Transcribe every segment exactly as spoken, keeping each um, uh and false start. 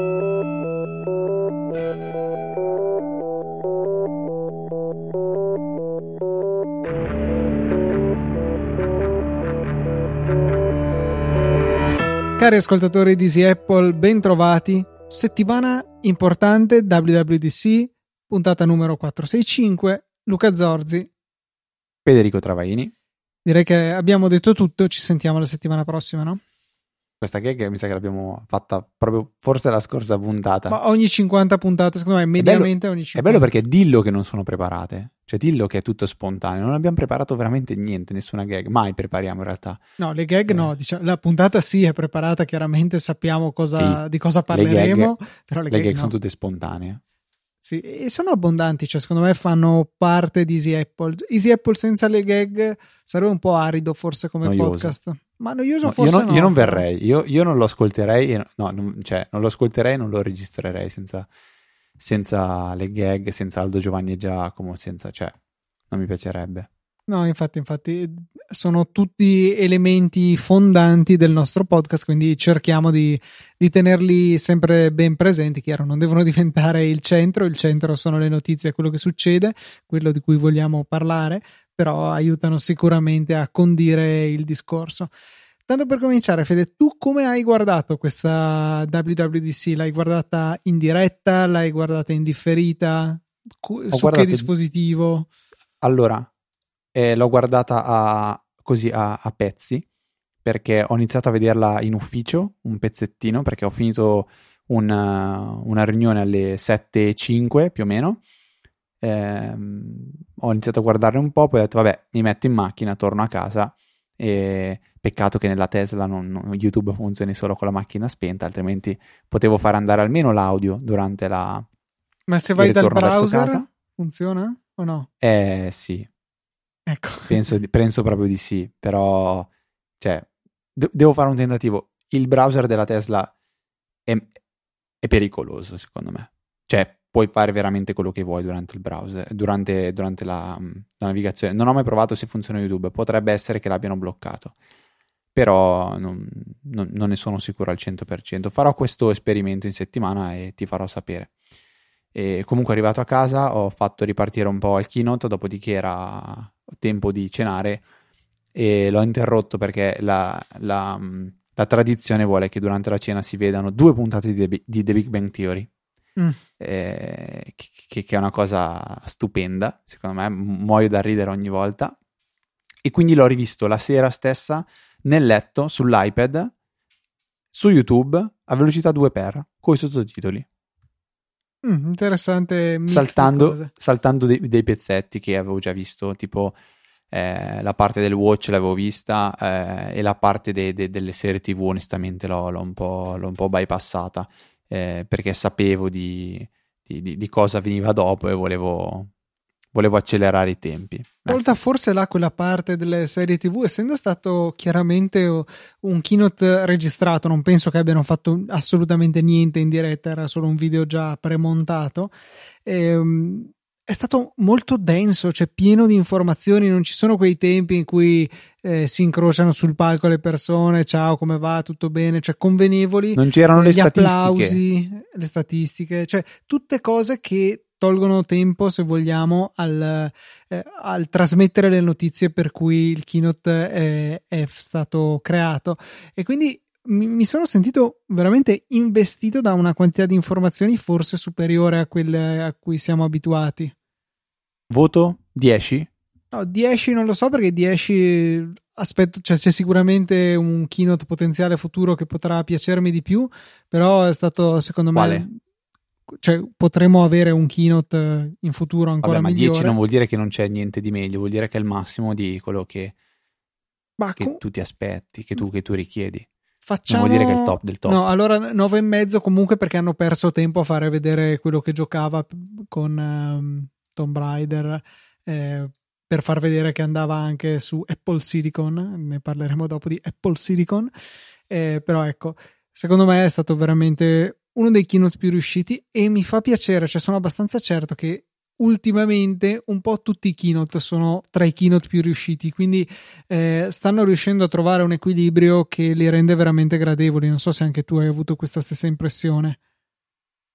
Cari ascoltatori di Easy Apple, ben trovati. Settimana importante, W W D C, puntata numero quattrocentosessantacinque. Luca Zorzi, Federico Travaini. Direi che abbiamo detto tutto, ci sentiamo la settimana prossima, no? Questa gag mi sa che l'abbiamo fatta proprio forse la scorsa puntata. Ma ogni cinquanta puntate, secondo me, mediamente è bello, ogni cinquanta. È bello perché dillo che non sono preparate. Cioè dillo che è tutto spontaneo. Non abbiamo preparato veramente niente, nessuna gag. Mai prepariamo in realtà. No, le gag eh. no. Diciamo, la puntata sì è preparata, chiaramente sappiamo cosa, sì, di cosa parleremo. Le gag, però le, le gag, gag no. sono tutte spontanee. Sì, e sono abbondanti, cioè secondo me fanno parte di Easy Apple. Easy Apple senza le gag sarebbe un po' arido forse come noioso. Podcast. Ma noioso no, forse io, non, no, io non verrei, io, io non lo ascolterei, no, non, cioè non lo ascolterei, non lo registrerei senza, senza le gag, senza Aldo, Giovanni e Giacomo, senza, cioè non mi piacerebbe. No, infatti, infatti sono tutti elementi fondanti del nostro podcast, quindi cerchiamo di, di tenerli sempre ben presenti. Chiaro, non devono diventare il centro, il centro sono le notizie, quello che succede, quello di cui vogliamo parlare, però aiutano sicuramente a condire il discorso. Tanto per cominciare, Fede, tu come hai guardato questa W W D C? L'hai guardata in diretta? L'hai guardata in differita? Su guardato... che dispositivo? Allora, eh, l'ho guardata a, così a, a pezzi, perché ho iniziato a vederla in ufficio, un pezzettino, perché ho finito una, una riunione alle sette e cinque più o meno. Eh, ho iniziato a guardarne un po', poi ho detto vabbè, mi metto in macchina, torno a casa, e peccato che nella Tesla non, non, YouTube funzioni solo con la macchina spenta, altrimenti potevo fare andare almeno l'audio durante la ma se vai dal browser funziona o no? Eh sì, ecco. penso, penso proprio di sì, però cioè de- devo fare un tentativo. Il browser della Tesla è, è pericoloso secondo me, cioè puoi fare veramente quello che vuoi durante il browser, durante, durante la, la navigazione. Non ho mai provato se funziona YouTube, potrebbe essere che l'abbiano bloccato, però non, non, non ne sono sicuro al cento per cento. Farò questo esperimento in settimana e ti farò sapere. E comunque arrivato a casa ho fatto ripartire un po' il keynote, dopodiché era tempo di cenare e l'ho interrotto perché la, la, la tradizione vuole che durante la cena si vedano due puntate di The, di The Big Bang Theory. Mm. Eh, che, che è una cosa stupenda, secondo me, muoio da ridere ogni volta, e quindi l'ho rivisto la sera stessa nel letto sull'iPad su YouTube a velocità due per con i sottotitoli. Mm, interessante mix saltando, saltando dei, dei pezzetti che avevo già visto, tipo eh, la parte del Watch l'avevo vista eh, e la parte de, de, delle serie tivù onestamente l'ho, l'ho, un po', l'ho un po' bypassata. Eh, perché sapevo di, di, di, di cosa veniva dopo e volevo, volevo accelerare i tempi. Volta forse là quella parte delle serie tivù, essendo stato chiaramente un keynote registrato, non penso che abbiano fatto assolutamente niente in diretta, era solo un video già premontato. Ehm, è stato molto denso, cioè pieno di informazioni, non ci sono quei tempi in cui eh, si incrociano sul palco le persone, ciao come va, tutto bene, cioè convenevoli, non c'erano eh, le gli statistiche. applausi, le statistiche, cioè tutte cose che tolgono tempo, se vogliamo, al, eh, al trasmettere le notizie per cui il keynote è, è stato creato, e quindi mi, mi sono sentito veramente investito da una quantità di informazioni forse superiore a quelle a cui siamo abituati. Voto dieci? No, dieci non lo so, perché dieci aspetto, cioè c'è sicuramente un keynote potenziale futuro che potrà piacermi di più, però è stato secondo Quale? me, cioè potremo avere un keynote in futuro ancora Vabbè, ma migliore. dieci non vuol dire che non c'è niente di meglio, vuol dire che è il massimo di quello che, ma che com- tu ti aspetti, che tu, che tu richiedi. Facciamo... Non vuol dire che è il top del top. No, allora nove e mezzo comunque, perché hanno perso tempo a fare vedere quello che giocava con um, Tomb Raider, eh, per far vedere che andava anche su Apple Silicon. Ne parleremo dopo di Apple Silicon, eh, però ecco, secondo me è stato veramente uno dei keynote più riusciti e mi fa piacere, cioè sono abbastanza certo che ultimamente un po' tutti i keynote sono tra i keynote più riusciti, quindi eh, stanno riuscendo a trovare un equilibrio che li rende veramente gradevoli. Non so se anche tu hai avuto questa stessa impressione.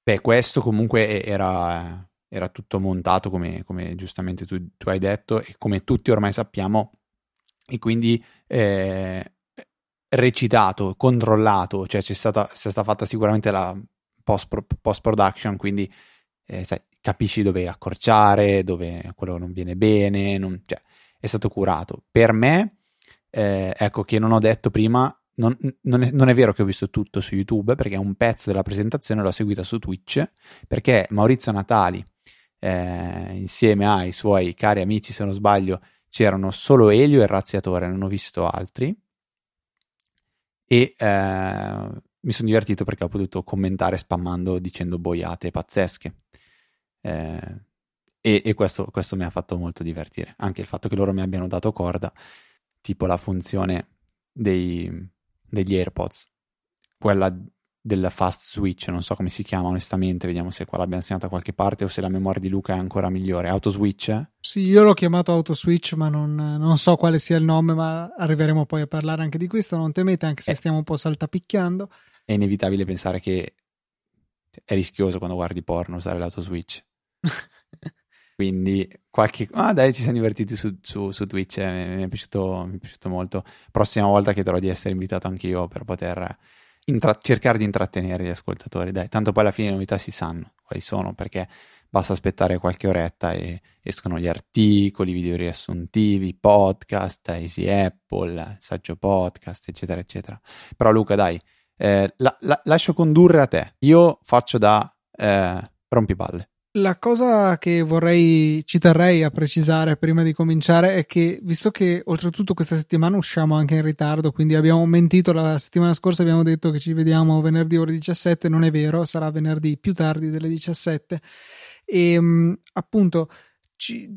Beh, questo comunque era, era tutto montato come, come giustamente tu, tu hai detto e come tutti ormai sappiamo, e quindi eh, recitato, controllato, cioè c'è stata, c'è stata fatta sicuramente la post, post production, quindi eh, sai, capisci dove accorciare, dove quello non viene bene, non, cioè, è stato curato. Per me, eh, ecco che non ho detto prima, non, non, è, non è vero che ho visto tutto su YouTube, perché un pezzo della presentazione l'ho seguita su Twitch, perché Maurizio Natali, eh, insieme ai suoi cari amici, se non sbaglio, c'erano solo Elio e il Razziatore, non ho visto altri, e eh, mi sono divertito perché ho potuto commentare spammando, dicendo boiate pazzesche. Eh, e, e questo, questo mi ha fatto molto divertire, anche il fatto che loro mi abbiano dato corda, tipo la funzione dei, degli AirPods, quella del fast switch, non so come si chiama onestamente, vediamo se qua l'abbiamo segnata da qualche parte o se la memoria di Luca è ancora migliore. Auto switch? Eh? Sì, io l'ho chiamato auto switch, ma non, non so quale sia il nome, ma arriveremo poi a parlare anche di questo, non temete, anche se eh, stiamo un po' saltapicchiando. È inevitabile pensare che è rischioso quando guardi porno usare l'auto switch. Quindi qualche... Ah dai, ci siamo divertiti su, su, su Twitch, eh, mi, è piaciuto, mi è piaciuto molto. Prossima volta chiederò di essere invitato anch'io per poter intra- cercare di intrattenere gli ascoltatori. Dai, tanto poi alla fine le novità si sanno quali sono, perché basta aspettare qualche oretta e escono gli articoli, video riassuntivi, podcast, Easy Apple, Saggio Podcast, eccetera, eccetera. Però Luca, dai, eh, la, la, lascio condurre a te. Io faccio da eh, rompipalle. La cosa che vorrei, ci terrei a precisare prima di cominciare è che, visto che oltretutto questa settimana usciamo anche in ritardo, quindi abbiamo mentito la settimana scorsa, abbiamo detto che ci vediamo venerdì ore diciassette, non è vero, sarà venerdì più tardi delle diciassette. E appunto ci,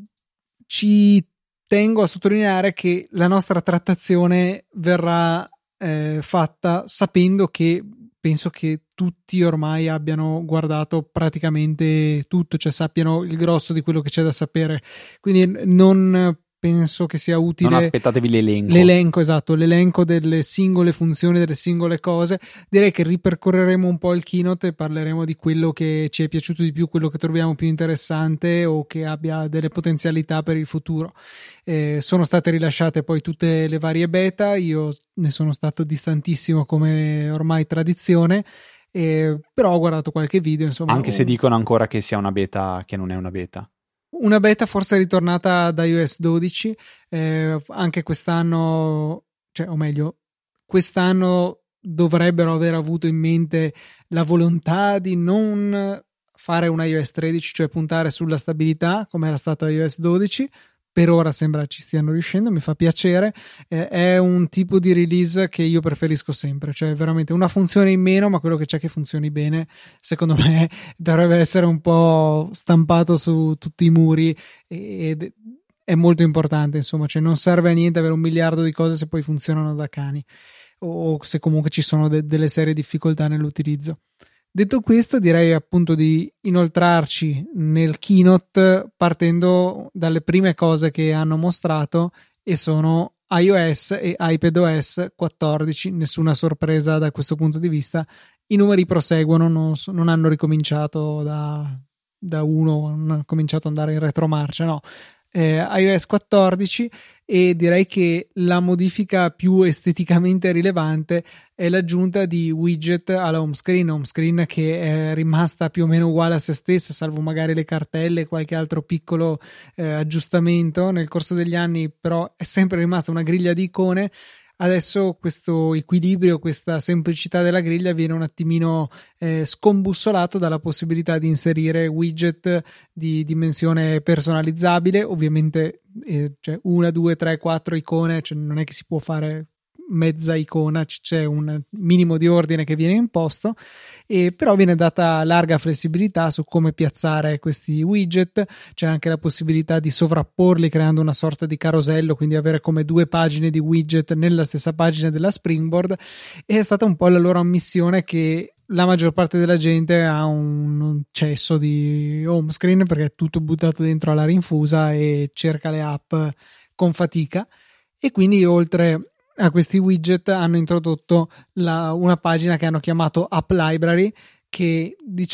ci tengo a sottolineare che la nostra trattazione verrà eh, fatta sapendo che penso che tutti ormai abbiano guardato praticamente tutto, cioè sappiano il grosso di quello che c'è da sapere. Quindi non penso che sia utile. Non aspettatevi l'elenco. L'elenco, esatto, l'elenco delle singole funzioni, delle singole cose. Direi che ripercorreremo un po' il keynote e parleremo di quello che ci è piaciuto di più, quello che troviamo più interessante o che abbia delle potenzialità per il futuro. Eh, sono state rilasciate poi tutte le varie beta, io ne sono stato distantissimo come ormai tradizione. Eh, però ho guardato qualche video, insomma. Anche se dicono ancora che sia una beta che non è una beta. Una beta forse è ritornata da iOS dodici, eh, anche quest'anno, cioè, o meglio, quest'anno dovrebbero aver avuto in mente la volontà di non fare un iOS tredici, cioè puntare sulla stabilità come era stato iOS dodici. Per ora sembra ci stiano riuscendo, mi fa piacere. Eh, è un tipo di release che io preferisco sempre, cioè veramente una funzione in meno, ma quello che c'è che funzioni bene, secondo me dovrebbe essere un po' stampato su tutti i muri ed è molto importante, insomma, cioè non serve a niente avere un miliardo di cose se poi funzionano da cani o se comunque ci sono de- delle serie difficoltà nell'utilizzo. Detto questo, direi appunto di inoltrarci nel keynote partendo dalle prime cose che hanno mostrato, e sono iOS e iPadOS quattordici. Nessuna sorpresa da questo punto di vista, i numeri proseguono, non, non hanno ricominciato da, da uno, non hanno cominciato ad andare in retromarcia, no. Eh, iOS quattordici, e direi che la modifica più esteticamente rilevante è l'aggiunta di widget alla home screen, home screen che è rimasta più o meno uguale a se stessa, salvo magari le cartelle e qualche altro piccolo eh, aggiustamento nel corso degli anni, però è sempre rimasta una griglia di icone. Adesso questo equilibrio, questa semplicità della griglia viene un attimino eh, scombussolato dalla possibilità di inserire widget di dimensione personalizzabile, ovviamente eh, cioè una, due, tre, quattro icone, cioè non è che si può fare mezza icona, c'è un minimo di ordine che viene imposto, e però viene data larga flessibilità su come piazzare questi widget. C'è anche la possibilità di sovrapporli creando una sorta di carosello, quindi avere come due pagine di widget nella stessa pagina della Springboard, e è stata un po' la loro ammissione che la maggior parte della gente ha un cesso di home screen perché è tutto buttato dentro alla rinfusa e cerca le app con fatica, e quindi oltre a questi widget hanno introdotto la, una pagina che hanno chiamato App Library, che diciamo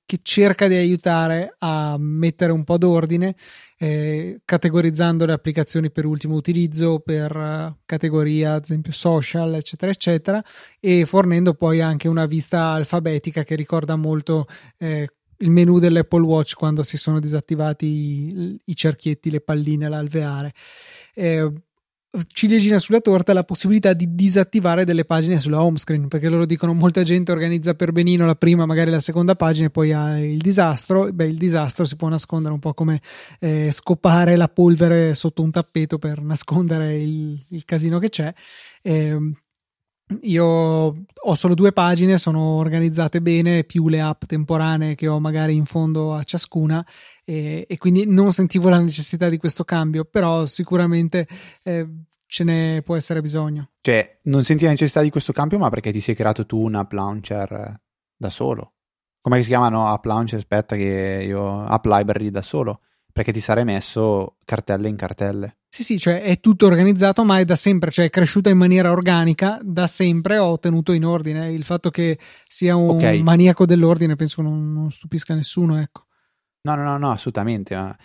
che cerca di aiutare a mettere un po' d'ordine, eh, categorizzando le applicazioni per ultimo utilizzo, per uh, categoria, ad esempio social, eccetera, eccetera, e fornendo poi anche una vista alfabetica che ricorda molto eh, il menu dell'Apple Watch quando si sono disattivati i, i cerchietti, le palline, l'alveare. Eh, ciliegina sulla torta la possibilità di disattivare delle pagine sulla home screen, perché loro dicono molta gente organizza per benino la prima, magari la seconda pagina e poi ha il disastro. Beh, il disastro si può nascondere un po' come eh, scopare la polvere sotto un tappeto per nascondere il, il casino che c'è. Eh, io ho solo due pagine, sono organizzate bene, più le app temporanee che ho magari in fondo a ciascuna, e, e quindi non sentivo la necessità di questo cambio, però sicuramente eh, ce ne può essere bisogno. Cioè, non senti la necessità di questo cambio, ma perché ti sei creato tu un app launcher da solo? Come si chiamano app launcher? Aspetta che io... app library da solo, perché ti sarei messo cartelle in cartelle. Sì, sì, cioè è tutto organizzato, ma è da sempre, cioè è cresciuta in maniera organica, da sempre ho tenuto in ordine. Il fatto che sia un okay. maniaco dell'ordine penso non, non stupisca nessuno, ecco. No, no, no, no, assolutamente. Ma,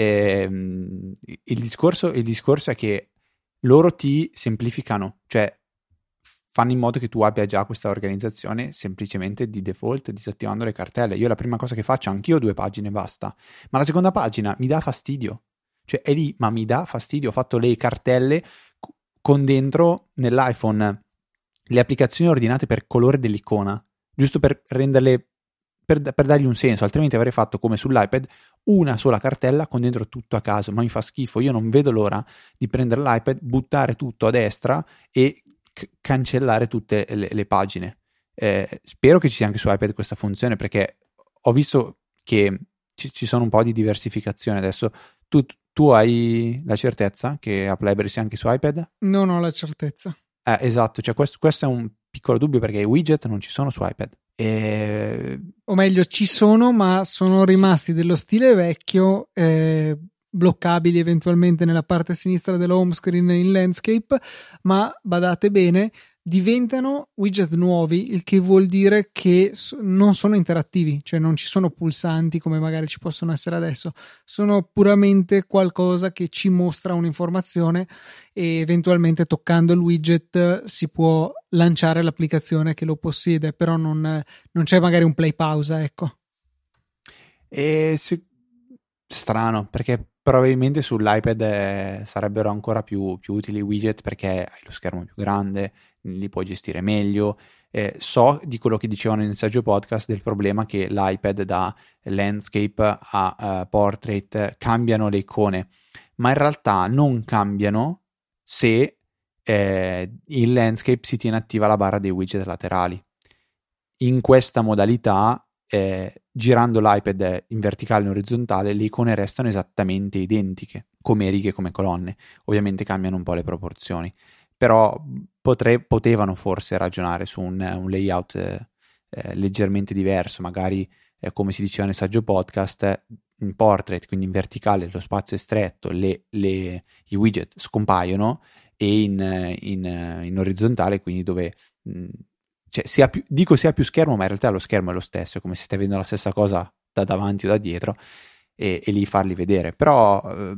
ehm, il, discorso, il discorso è che loro ti semplificano, cioè fanno in modo che tu abbia già questa organizzazione semplicemente di default, disattivando le cartelle. Io la prima cosa che faccio, anch'io ho due pagine e basta, ma la seconda pagina mi dà fastidio. Cioè è lì, ma mi dà fastidio. Ho fatto le cartelle con dentro nell'iPhone le applicazioni ordinate per colore dell'icona, giusto per renderle, per, per dargli un senso, altrimenti avrei fatto come sull'iPad una sola cartella con dentro tutto a caso, ma mi fa schifo. Io non vedo l'ora di prendere l'iPad, buttare tutto a destra e c- cancellare tutte le, le pagine. Eh, spero che ci sia anche su iPad questa funzione, perché ho visto che ci, ci sono un po' di diversificazione adesso. Tu, tu hai la certezza che App Library sia anche su iPad? Non ho la certezza. Eh, esatto, cioè questo, questo è un piccolo dubbio, perché i widget non ci sono su iPad. E... o meglio, ci sono, ma sono rimasti dello stile vecchio, eh, bloccabili eventualmente nella parte sinistra dell'home screen in landscape, ma badate bene, diventano widget nuovi, il che vuol dire che non sono interattivi, cioè non ci sono pulsanti come magari ci possono essere adesso, sono puramente qualcosa che ci mostra un'informazione e eventualmente toccando il widget si può lanciare l'applicazione che lo possiede, però non, non c'è magari un play pausa, ecco. E se... strano, perché probabilmente sull'iPad eh, sarebbero ancora più, più utili i widget, perché hai lo schermo più grande, li puoi gestire meglio. Eh, so di quello che dicevano nel saggio podcast del problema che l'iPad da landscape a uh, portrait cambiano le icone, ma in realtà non cambiano se eh, in landscape si tiene attiva la barra dei widget laterali. In questa modalità eh, girando l'iPad in verticale e in orizzontale le icone restano esattamente identiche, come righe, come colonne. Ovviamente cambiano un po' le proporzioni, però potre, potevano forse ragionare su un, un layout eh, eh, leggermente diverso, magari eh, come si diceva nel saggio podcast, in portrait, quindi in verticale lo spazio è stretto, le, le, i widget scompaiono, e in, in, in orizzontale, quindi dove mh, cioè, sia più, dico sia più schermo, ma in realtà lo schermo è lo stesso, è come se stai vedendo la stessa cosa da davanti o da dietro, e, e lì farli vedere. Però eh,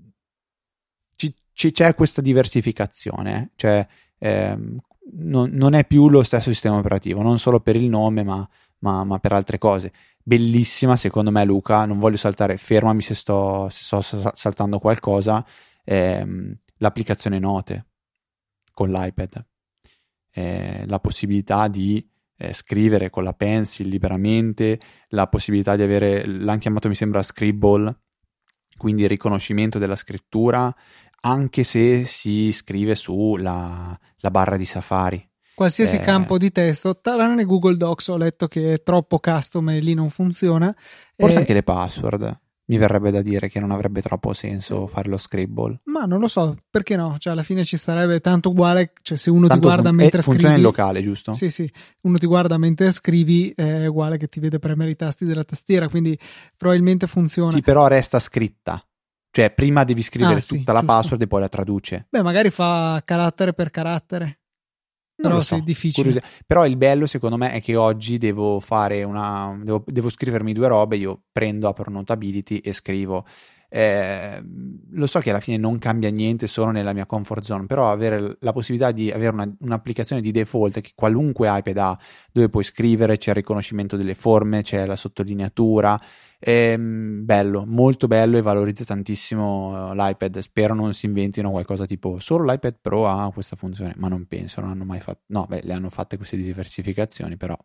ci, ci, c'è questa diversificazione, cioè ehm, non, non è più lo stesso sistema operativo, non solo per il nome, ma, ma, ma per altre cose. Bellissima secondo me, Luca, non voglio saltare, fermami se sto, se sto saltando qualcosa, ehm, l'applicazione Note con l'iPad. Eh, la possibilità di eh, scrivere con la pencil liberamente, la possibilità di avere, l'hanno chiamato mi sembra Scribble, quindi il riconoscimento della scrittura anche se si scrive sulla la barra di Safari. Qualsiasi eh, campo di testo, tranne Google Docs, ho letto che è troppo custom e lì non funziona. Forse eh, anche le password. Mi verrebbe da dire che non avrebbe troppo senso fare lo Scribble. Ma non lo so, perché no? Cioè, alla fine ci starebbe tanto uguale, cioè se uno Tanto ti guarda fun- mentre eh, scrivi... funziona in locale, giusto? Sì, sì, uno ti guarda mentre scrivi, è uguale che ti vede premere i tasti della tastiera, quindi probabilmente funziona. Sì, però resta scritta. Cioè, prima devi scrivere ah, sì, tutta la giusto. password e poi la traduce. Beh, magari fa carattere per carattere. Non Però lo so, sì, difficile. curiosi- Però il bello secondo me è che oggi devo fare una... Devo, devo scrivermi due robe, io prendo, apro Notability e scrivo. Eh, lo so che alla fine non cambia niente, sono nella mia comfort zone, però avere la possibilità di avere una- un'applicazione di default che qualunque iPad ha, dove puoi scrivere, c'è il riconoscimento delle forme, c'è la sottolineatura, è mm, bello, molto bello e valorizza tantissimo eh, l'iPad. Spero non si inventino qualcosa tipo solo l'iPad Pro ha questa funzione, ma non penso, non hanno mai fatto, no, beh, le hanno fatte queste diversificazioni, però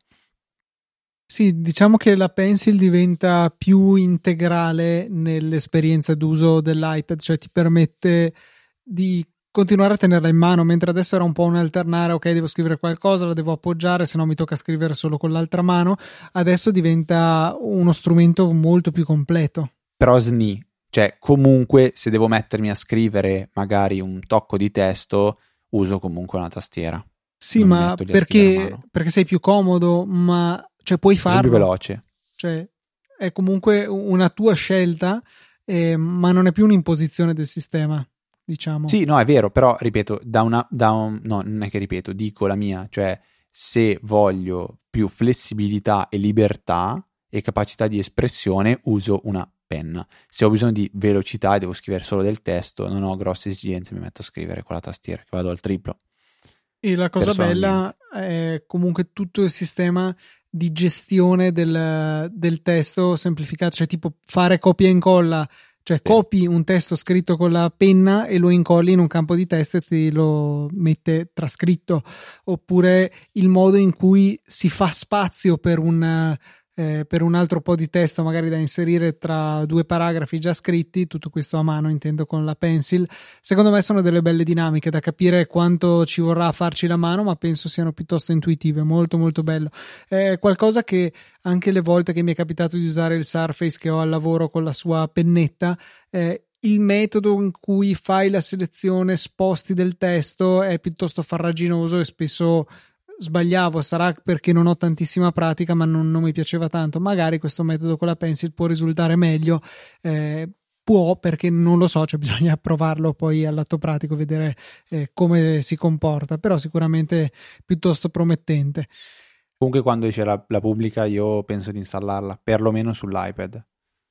Sì, diciamo che la Pencil diventa più integrale nell'esperienza d'uso dell'iPad, cioè ti permette di continuare a tenerla in mano, mentre adesso era un po' un alternare, ok, devo scrivere qualcosa, la devo appoggiare, se no mi tocca scrivere solo con l'altra mano. Adesso diventa uno strumento molto più completo. però S N I, cioè comunque se devo mettermi a scrivere magari un tocco di testo, uso comunque una tastiera. Sì, Non mi ma metto lì a scrivere a perché, mano. perché sei più comodo, ma cioè puoi Sono più farlo. veloce. Cioè, è comunque una tua scelta, eh, ma non è più un'imposizione del sistema, diciamo. Sì, no, è vero, però ripeto, da una, da un, no, non è che ripeto, dico la mia, cioè se voglio più flessibilità e libertà e capacità di espressione, uso una penna. Se ho bisogno di velocità e devo scrivere solo del testo, non ho grosse esigenze, mi metto a scrivere con la tastiera, che vado al triplo. E la cosa bella è comunque tutto il sistema di gestione del, del testo semplificato, cioè tipo fare copia e incolla, cioè Sì. copi un testo scritto con la penna e lo incolli in un campo di testo e ti lo mette trascritto, oppure il modo in cui si fa spazio per un, eh, per un altro po' di testo magari da inserire tra due paragrafi già scritti, tutto questo a mano intendo con la Pencil. Secondo me sono delle belle dinamiche da capire quanto ci vorrà a farci la mano, ma penso siano piuttosto intuitive, molto molto bello. È qualcosa che anche le volte che mi è capitato di usare il Surface che ho al lavoro con la sua pennetta, eh, il metodo in cui fai la selezione, sposti del testo è piuttosto farraginoso e spesso sbagliavo, sarà perché non ho tantissima pratica, ma non, non mi piaceva tanto. Magari questo metodo con la Pencil può risultare meglio. Eh, può, perché non lo so, cioè bisogna provarlo poi all'atto pratico, vedere eh, come si comporta, però sicuramente piuttosto promettente. Comunque quando esce la, la pubblica io penso di installarla, perlomeno sull'iPad.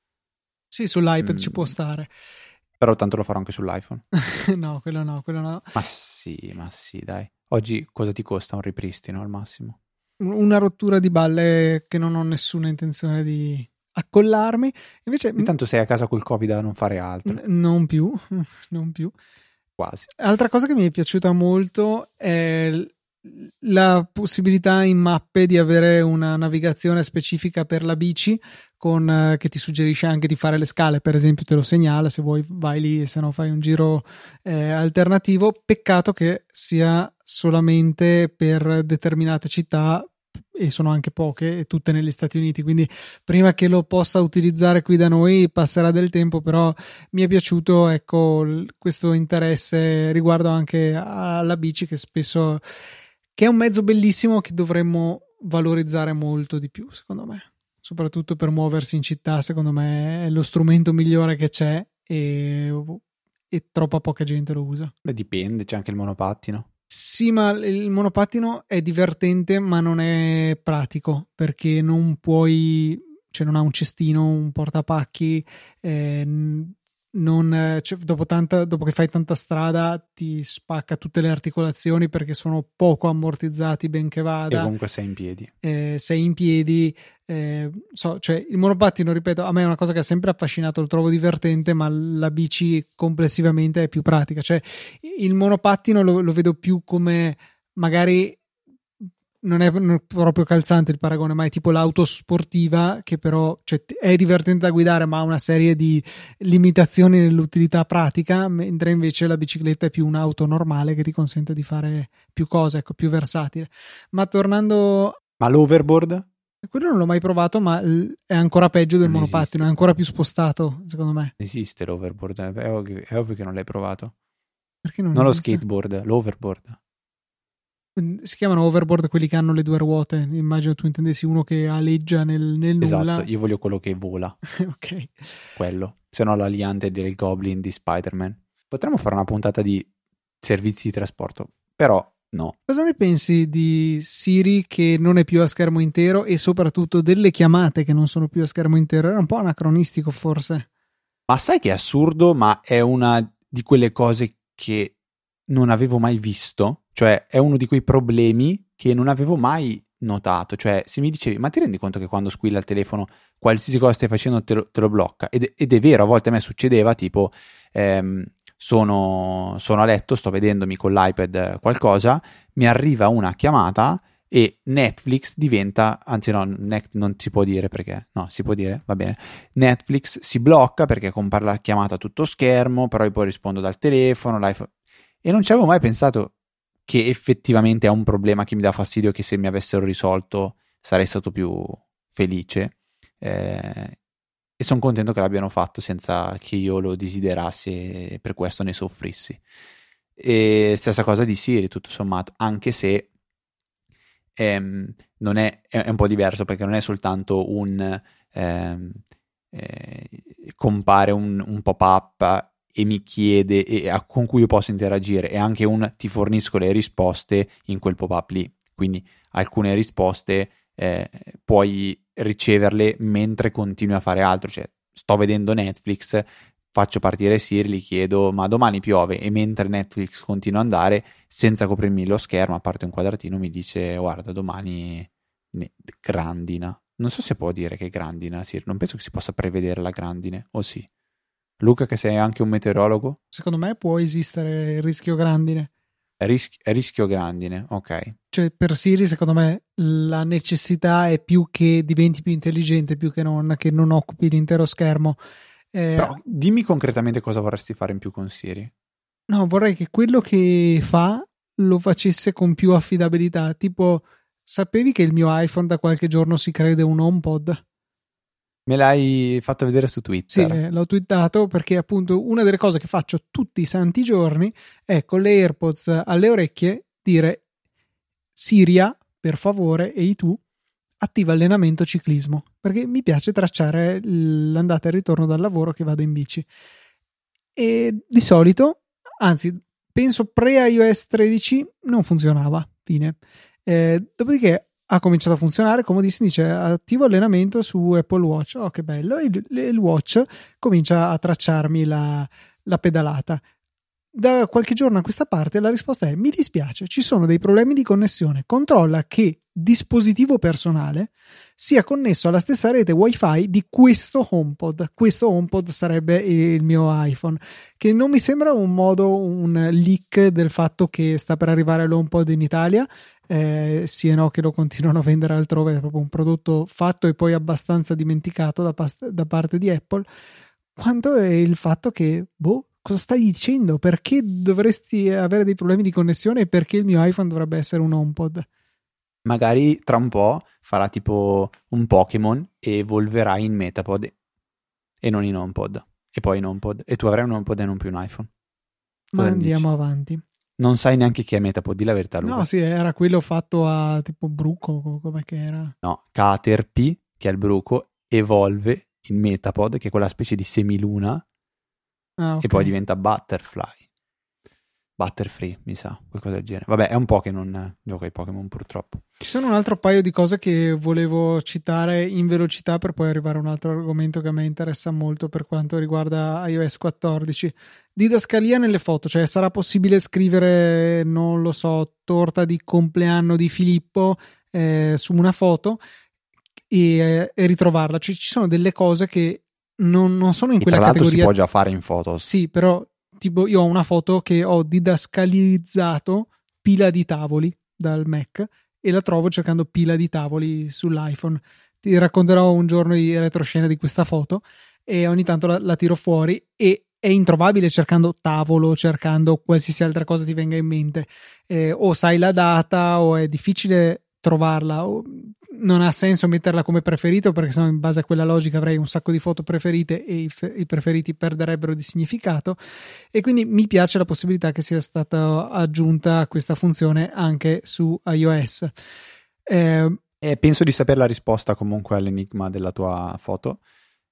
Sì, sull'iPad Mm, ci può stare. però tanto lo farò anche sull'iPhone. No, quello no, quello no. Ma sì, ma sì, dai. Oggi cosa ti costa un ripristino al massimo? Una rottura di balle che non ho nessuna intenzione di accollarmi. Invece, E tanto sei a casa col Covid a non fare altro. n- non più, non più. Quasi. Altra cosa che mi è piaciuta molto è l- la possibilità in mappe di avere una navigazione specifica per la bici con, eh, che ti suggerisce anche di fare le scale, per esempio te lo segnala, se vuoi vai lì e se no fai un giro eh, alternativo. Peccato che sia solamente per determinate città e sono anche poche e tutte negli Stati Uniti, quindi prima che lo possa utilizzare qui da noi passerà del tempo, però mi è piaciuto, ecco, l- questo interesse riguardo anche alla bici, che spesso che è un mezzo bellissimo che dovremmo valorizzare molto di più, secondo me, soprattutto per muoversi in città. Secondo me è lo strumento migliore che c'è e, e troppa poca gente lo usa. Beh, dipende, c'è anche il monopattino. Sì, ma il monopattino è divertente, ma non è pratico perché non puoi, cioè non ha un cestino, un portapacchi, eh, n- non, cioè, dopo, tanta, dopo che fai tanta strada ti spacca tutte le articolazioni perché sono poco ammortizzati, ben che E vada. comunque sei in piedi. Eh, sei in piedi, eh, so, cioè il monopattino, ripeto, a me è una cosa che ha sempre affascinato, lo trovo divertente, ma la bici complessivamente è più pratica. Cioè il monopattino lo, lo vedo più come magari non è, non è proprio calzante il paragone, ma è tipo l'auto sportiva che però, cioè, è divertente da guidare, ma ha una serie di limitazioni nell'utilità pratica, mentre invece la bicicletta è più un'auto normale che ti consente di fare più cose, ecco, più versatile. Ma tornando, Ma l'overboard? quello non l'ho mai provato, ma l- è ancora peggio del Non monopattino, esiste. è ancora più spostato, secondo me. Esiste l'overboard, è ovvio, è ovvio che non l'hai provato. Perché non Non lo esiste? skateboard, l'overboard. Si chiamano overboard quelli che hanno le due ruote. Immagino tu intendessi uno che aleggia nel, nel nulla. Esatto, io voglio quello che vola, Ok. quello. Se no l'aliante del Goblin di Spider-Man. Potremmo fare una puntata di servizi di trasporto, però no. Cosa ne pensi di Siri che non è più a schermo intero e soprattutto delle chiamate che non sono più a schermo intero? Era un po' anacronistico forse. Ma sai che è assurdo, ma è una di quelle cose che non avevo mai visto, cioè è uno di quei problemi che non avevo mai notato, cioè se mi dicevi, ma ti rendi conto che quando squilla il telefono qualsiasi cosa stai facendo te lo, te lo blocca? Ed, ed è vero, a volte a me succedeva, tipo ehm, sono, sono a letto, sto vedendomi con l'iPad qualcosa, mi arriva una chiamata e Netflix diventa, anzi no, net, non si può dire perché, no, si può dire, va bene, Netflix si blocca perché compare la chiamata a tutto schermo, però io poi rispondo dal telefono, l'iPhone, e non ci avevo mai pensato che effettivamente è un problema che mi dà fastidio, che se mi avessero risolto sarei stato più felice, eh, e sono contento che l'abbiano fatto senza che io lo desiderassi e per questo ne soffrissi. E stessa cosa di Siri, tutto sommato, anche se ehm, non è, è un po' diverso, perché non è soltanto un ehm, eh, compare un, un pop-up e mi chiede e, a, con cui io posso interagire, è anche un ti fornisco le risposte in quel pop-up lì, quindi alcune risposte eh, puoi riceverle mentre continui a fare altro, cioè sto vedendo Netflix, faccio partire Siri, gli chiedo ma domani piove, e mentre Netflix continua ad andare senza coprirmi lo schermo, a parte un quadratino, mi dice guarda domani ne- grandina, non so se può dire che grandina Siri, non penso che si possa prevedere la grandine, o sì? Luca, che sei anche un meteorologo? Secondo me può esistere il rischio grandine. Ris- rischio grandine, ok. Cioè per Siri secondo me la necessità è più che diventi più intelligente, più che non che non occupi l'intero schermo. Eh, Però dimmi concretamente cosa vorresti fare in più con Siri. no, vorrei che quello che fa lo facesse con più affidabilità. Tipo, sapevi che il mio iPhone da qualche giorno si crede un HomePod? Me l'hai fatto vedere su Sì, Twitter. eh, l'ho twittato perché appunto una delle cose che faccio tutti i santi giorni è con le AirPods alle orecchie dire Siria, per favore, ehi tu, attiva allenamento ciclismo, perché mi piace tracciare l'andata e il ritorno dal lavoro che vado in bici. E di solito, anzi, penso pre-iOS tredici non funzionava, fine. Eh, dopodiché ha cominciato a funzionare, comodissimo, dice attivo allenamento su Apple Watch, oh che bello, e il, il Watch comincia a tracciarmi la, la pedalata. Da qualche giorno a questa parte la risposta è mi dispiace, ci sono dei problemi di connessione, controlla che dispositivo personale sia connesso alla stessa rete wifi di questo HomePod. Questo HomePod sarebbe il mio iPhone, che non mi sembra un modo, un leak del fatto che sta per arrivare l'HomePod in Italia, eh, sì e no che lo continuano a vendere altrove, è proprio un prodotto fatto e poi abbastanza dimenticato da, past- da parte di Apple, quanto è il fatto che boh, cosa stai dicendo? Perché dovresti avere dei problemi di connessione e perché il mio iPhone dovrebbe essere un HomePod? Magari tra un po' farà tipo un Pokémon e evolverà in Metapod e non in HomePod, e poi in HomePod, e tu avrai un HomePod e non più un iPhone. Cosa Ma ne dici? andiamo avanti. Non sai neanche chi è Metapod, di la verità, Luca. No, sì, era quello fatto a tipo bruco, come che era? No, Caterpie, che è il bruco, evolve in Metapod, che è quella specie di semiluna, Ah, okay. e poi diventa Butterfly. Butterfree, mi sa, qualcosa del genere. Vabbè, è un po' che non gioco ai Pokémon, purtroppo. Ci sono un altro paio di cose che volevo citare in velocità per poi arrivare a un altro argomento che a me interessa molto per quanto riguarda iOS quattordici. Didascalia nelle foto, cioè sarà possibile scrivere, non lo so, torta di compleanno di Filippo eh, su una foto e, e ritrovarla. Cioè, ci sono delle cose che non, non sono in E quella tra l'altro categoria. si può già fare in Photos. Sì, però tipo io ho una foto che ho didascalizzato pila di tavoli dal Mac e la trovo cercando pila di tavoli sull'iPhone. Ti racconterò un giorno di retroscena di questa foto e ogni tanto la, la tiro fuori e è introvabile cercando tavolo, cercando qualsiasi altra cosa ti venga in mente. Eh, o sai la data o è difficile trovarla, o non ha senso metterla come preferito perché sennò in base a quella logica avrei un sacco di foto preferite e i, i preferiti perderebbero di significato, e quindi mi piace la possibilità che sia stata aggiunta questa funzione anche su iOS. Eh, E penso di sapere la risposta comunque all'enigma della tua foto.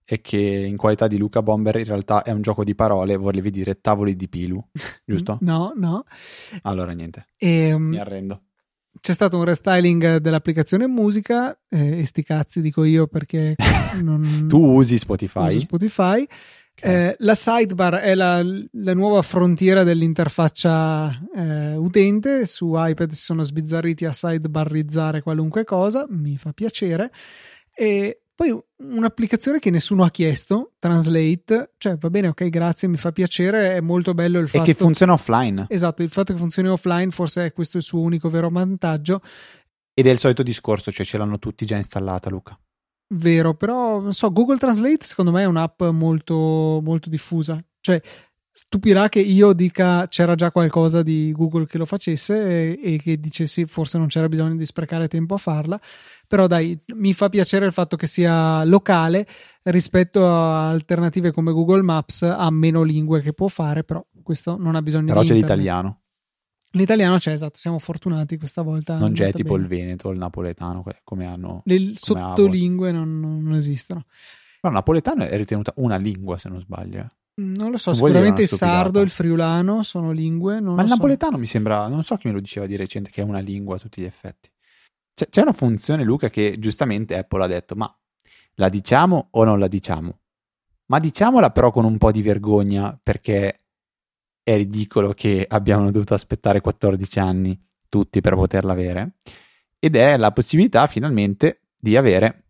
è che in qualità di Luca Bomber in realtà è un gioco di parole, volevi dire tavoli di Pilu, giusto? No, no. Allora niente, E, mi arrendo. C'è stato un restyling dell'applicazione musica, eh, e sti cazzi dico io perché non... Tu usi Spotify? Uso Spotify. Okay. Eh, la sidebar è la, la nuova frontiera dell'interfaccia eh, utente. Su iPad si sono sbizzarriti a sidebarrizzare qualunque cosa, mi fa piacere. E poi un'applicazione che nessuno ha chiesto, Translate, cioè va bene, ok, grazie, mi fa piacere, è molto bello il fatto... E che funziona offline. Esatto, il fatto che funzioni offline forse è questo il suo unico vero vantaggio. Ed è il solito discorso, cioè ce l'hanno tutti già installata, Luca. Vero, però non so, Google Translate secondo me è un'app molto, molto diffusa. Cioè, stupirà che io dica c'era già qualcosa di Google che lo facesse e, e che dicessi forse non c'era bisogno di sprecare tempo a farla. Però dai, mi fa piacere il fatto che sia locale rispetto a alternative come Google Maps, ha meno lingue che può fare, però questo non ha bisogno però di c'è internet. l'italiano. L'italiano c'è, esatto, siamo fortunati questa volta. Non c'è tipo bene. il veneto, il napoletano, come hanno... Le come sottolingue non, non esistono. Ma il napoletano è ritenuta una lingua, se non sbaglio. Non lo so, non sicuramente il stupidata. sardo e il friulano sono lingue. Non Ma lo il so. napoletano mi sembra, non so chi me lo diceva di recente, che è una lingua a tutti gli effetti. C'è, c'è una funzione, Luca, che giustamente Apple ha detto, ma la diciamo o non la diciamo? Ma diciamola però con un po' di vergogna, perché è ridicolo che abbiano dovuto aspettare quattordici anni tutti per poterla avere, ed è la possibilità finalmente di avere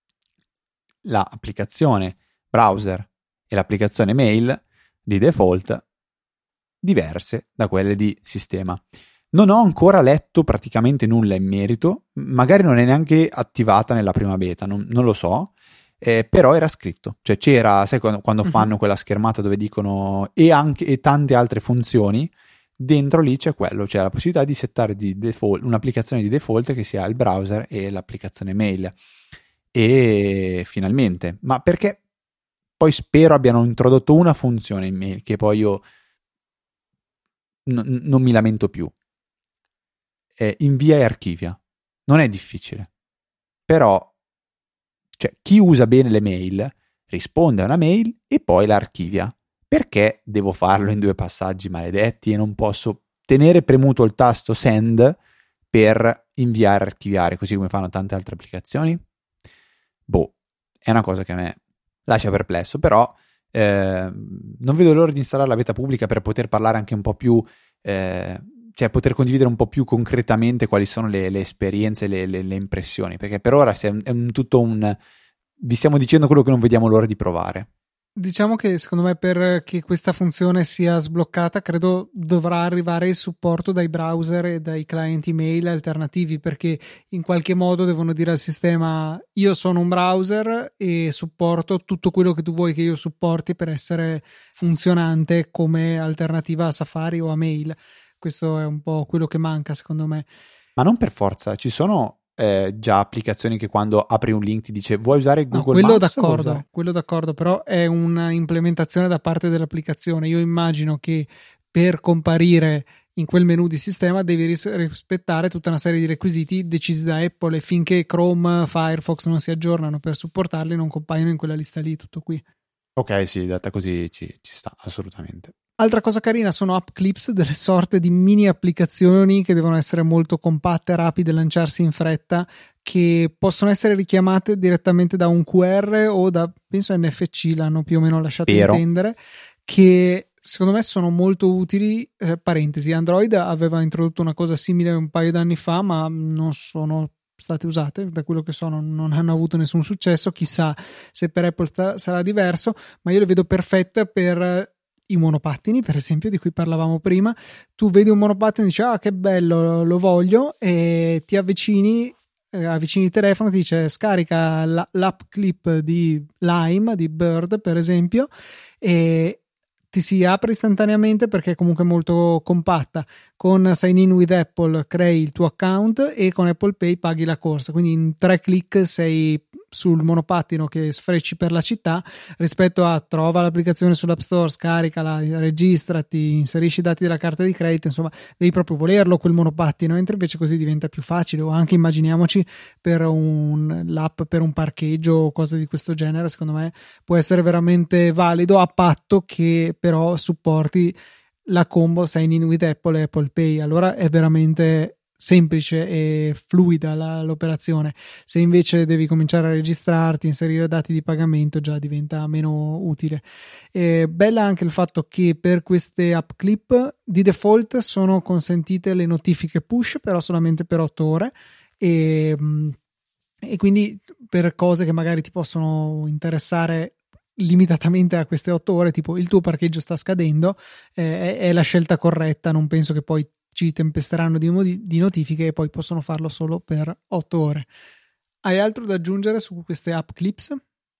l'applicazione browser e l'applicazione mail di default diverse da quelle di sistema. Non ho ancora letto praticamente nulla in merito, magari non è neanche attivata nella prima beta, non, non lo so, eh, però era scritto, cioè c'era, sai quando, quando uh-huh. fanno quella schermata dove dicono e anche e tante altre funzioni, dentro lì c'è quello, c'è la possibilità di settare di default un'applicazione di default che sia il browser e l'applicazione mail. E finalmente, ma perché poi spero abbiano introdotto una funzione in mail che poi io n- non mi lamento più. Eh, invia e archivia. Non è difficile, però cioè, chi usa bene le mail risponde a una mail e poi la archivia. Perché devo farlo in due passaggi maledetti e non posso tenere premuto il tasto send per inviare e archiviare, così come fanno tante altre applicazioni? Boh, è una cosa che a me lascia perplesso, però eh, non vedo l'ora di installare la beta pubblica per poter parlare anche un po' più, eh, cioè poter condividere un po' più concretamente quali sono le, le esperienze, le, le, le impressioni, perché per ora è un, è un tutto un... vi stiamo dicendo quello che non vediamo l'ora di provare. Diciamo che secondo me per che questa funzione sia sbloccata credo dovrà arrivare il supporto dai browser e dai client email alternativi, perché in qualche modo devono dire al sistema io sono un browser e supporto tutto quello che tu vuoi che io supporti per essere funzionante come alternativa a Safari o a Mail. Questo è un po' quello che manca secondo me. Ma non per forza, ci sono Eh, già applicazioni che quando apri un link ti dice vuoi usare Google no, quello Maps? d'accordo, Usare? quello d'accordo, però è una implementazione da parte dell'applicazione. Io immagino che per comparire in quel menu di sistema devi ris- rispettare tutta una serie di requisiti decisi da Apple e finché Chrome, Firefox non si aggiornano per supportarli non compaiono in quella lista lì, tutto qui. Ok, sì, data così ci, ci sta, assolutamente. Altra cosa carina sono app clips, delle sorte di mini applicazioni che devono essere molto compatte, rapide, lanciarsi in fretta, che possono essere richiamate direttamente da un Q R o da, penso N F C, l'hanno più o meno lasciato Vero. intendere, che secondo me sono molto utili. Eh, parentesi, Android aveva introdotto una cosa simile un paio d'anni fa, ma non sono state usate, da quello che so non, non hanno avuto nessun successo, chissà se per Apple sta, sarà diverso, ma io le vedo perfette per i monopattini, per esempio, di cui parlavamo prima. Tu vedi un monopattino e dici ah che bello, lo voglio, e ti avvicini eh, avvicini il telefono, ti dice scarica la, l'app clip di Lime, di Bird per esempio, e ti si apre istantaneamente perché è comunque molto compatta. Con Sign in with Apple crei il tuo account e con Apple Pay paghi la corsa, quindi in tre click sei sul monopattino che sfrecci per la città, rispetto a trova l'applicazione sull'App Store, scaricala, registrati, inserisci i dati della carta di credito, insomma devi proprio volerlo quel monopattino, mentre invece così diventa più facile. O anche immaginiamoci per un, l'app per un parcheggio o cose di questo genere, secondo me può essere veramente valido, a patto che però supporti la combo sign in with Apple e Apple Pay. Allora è veramente semplice e fluida la, l'operazione. Se invece devi cominciare a registrarti, inserire dati di pagamento, già diventa meno utile. E bella anche il fatto che per queste app clip di default sono consentite le notifiche push, però solamente per otto ore, e, e quindi per cose che magari ti possono interessare limitatamente a queste otto ore, tipo il tuo parcheggio sta scadendo, eh, è, è la scelta corretta. Non penso che poi ci tempesteranno di, modi- di notifiche e poi possono farlo solo per otto ore. Hai altro da aggiungere su queste app clips?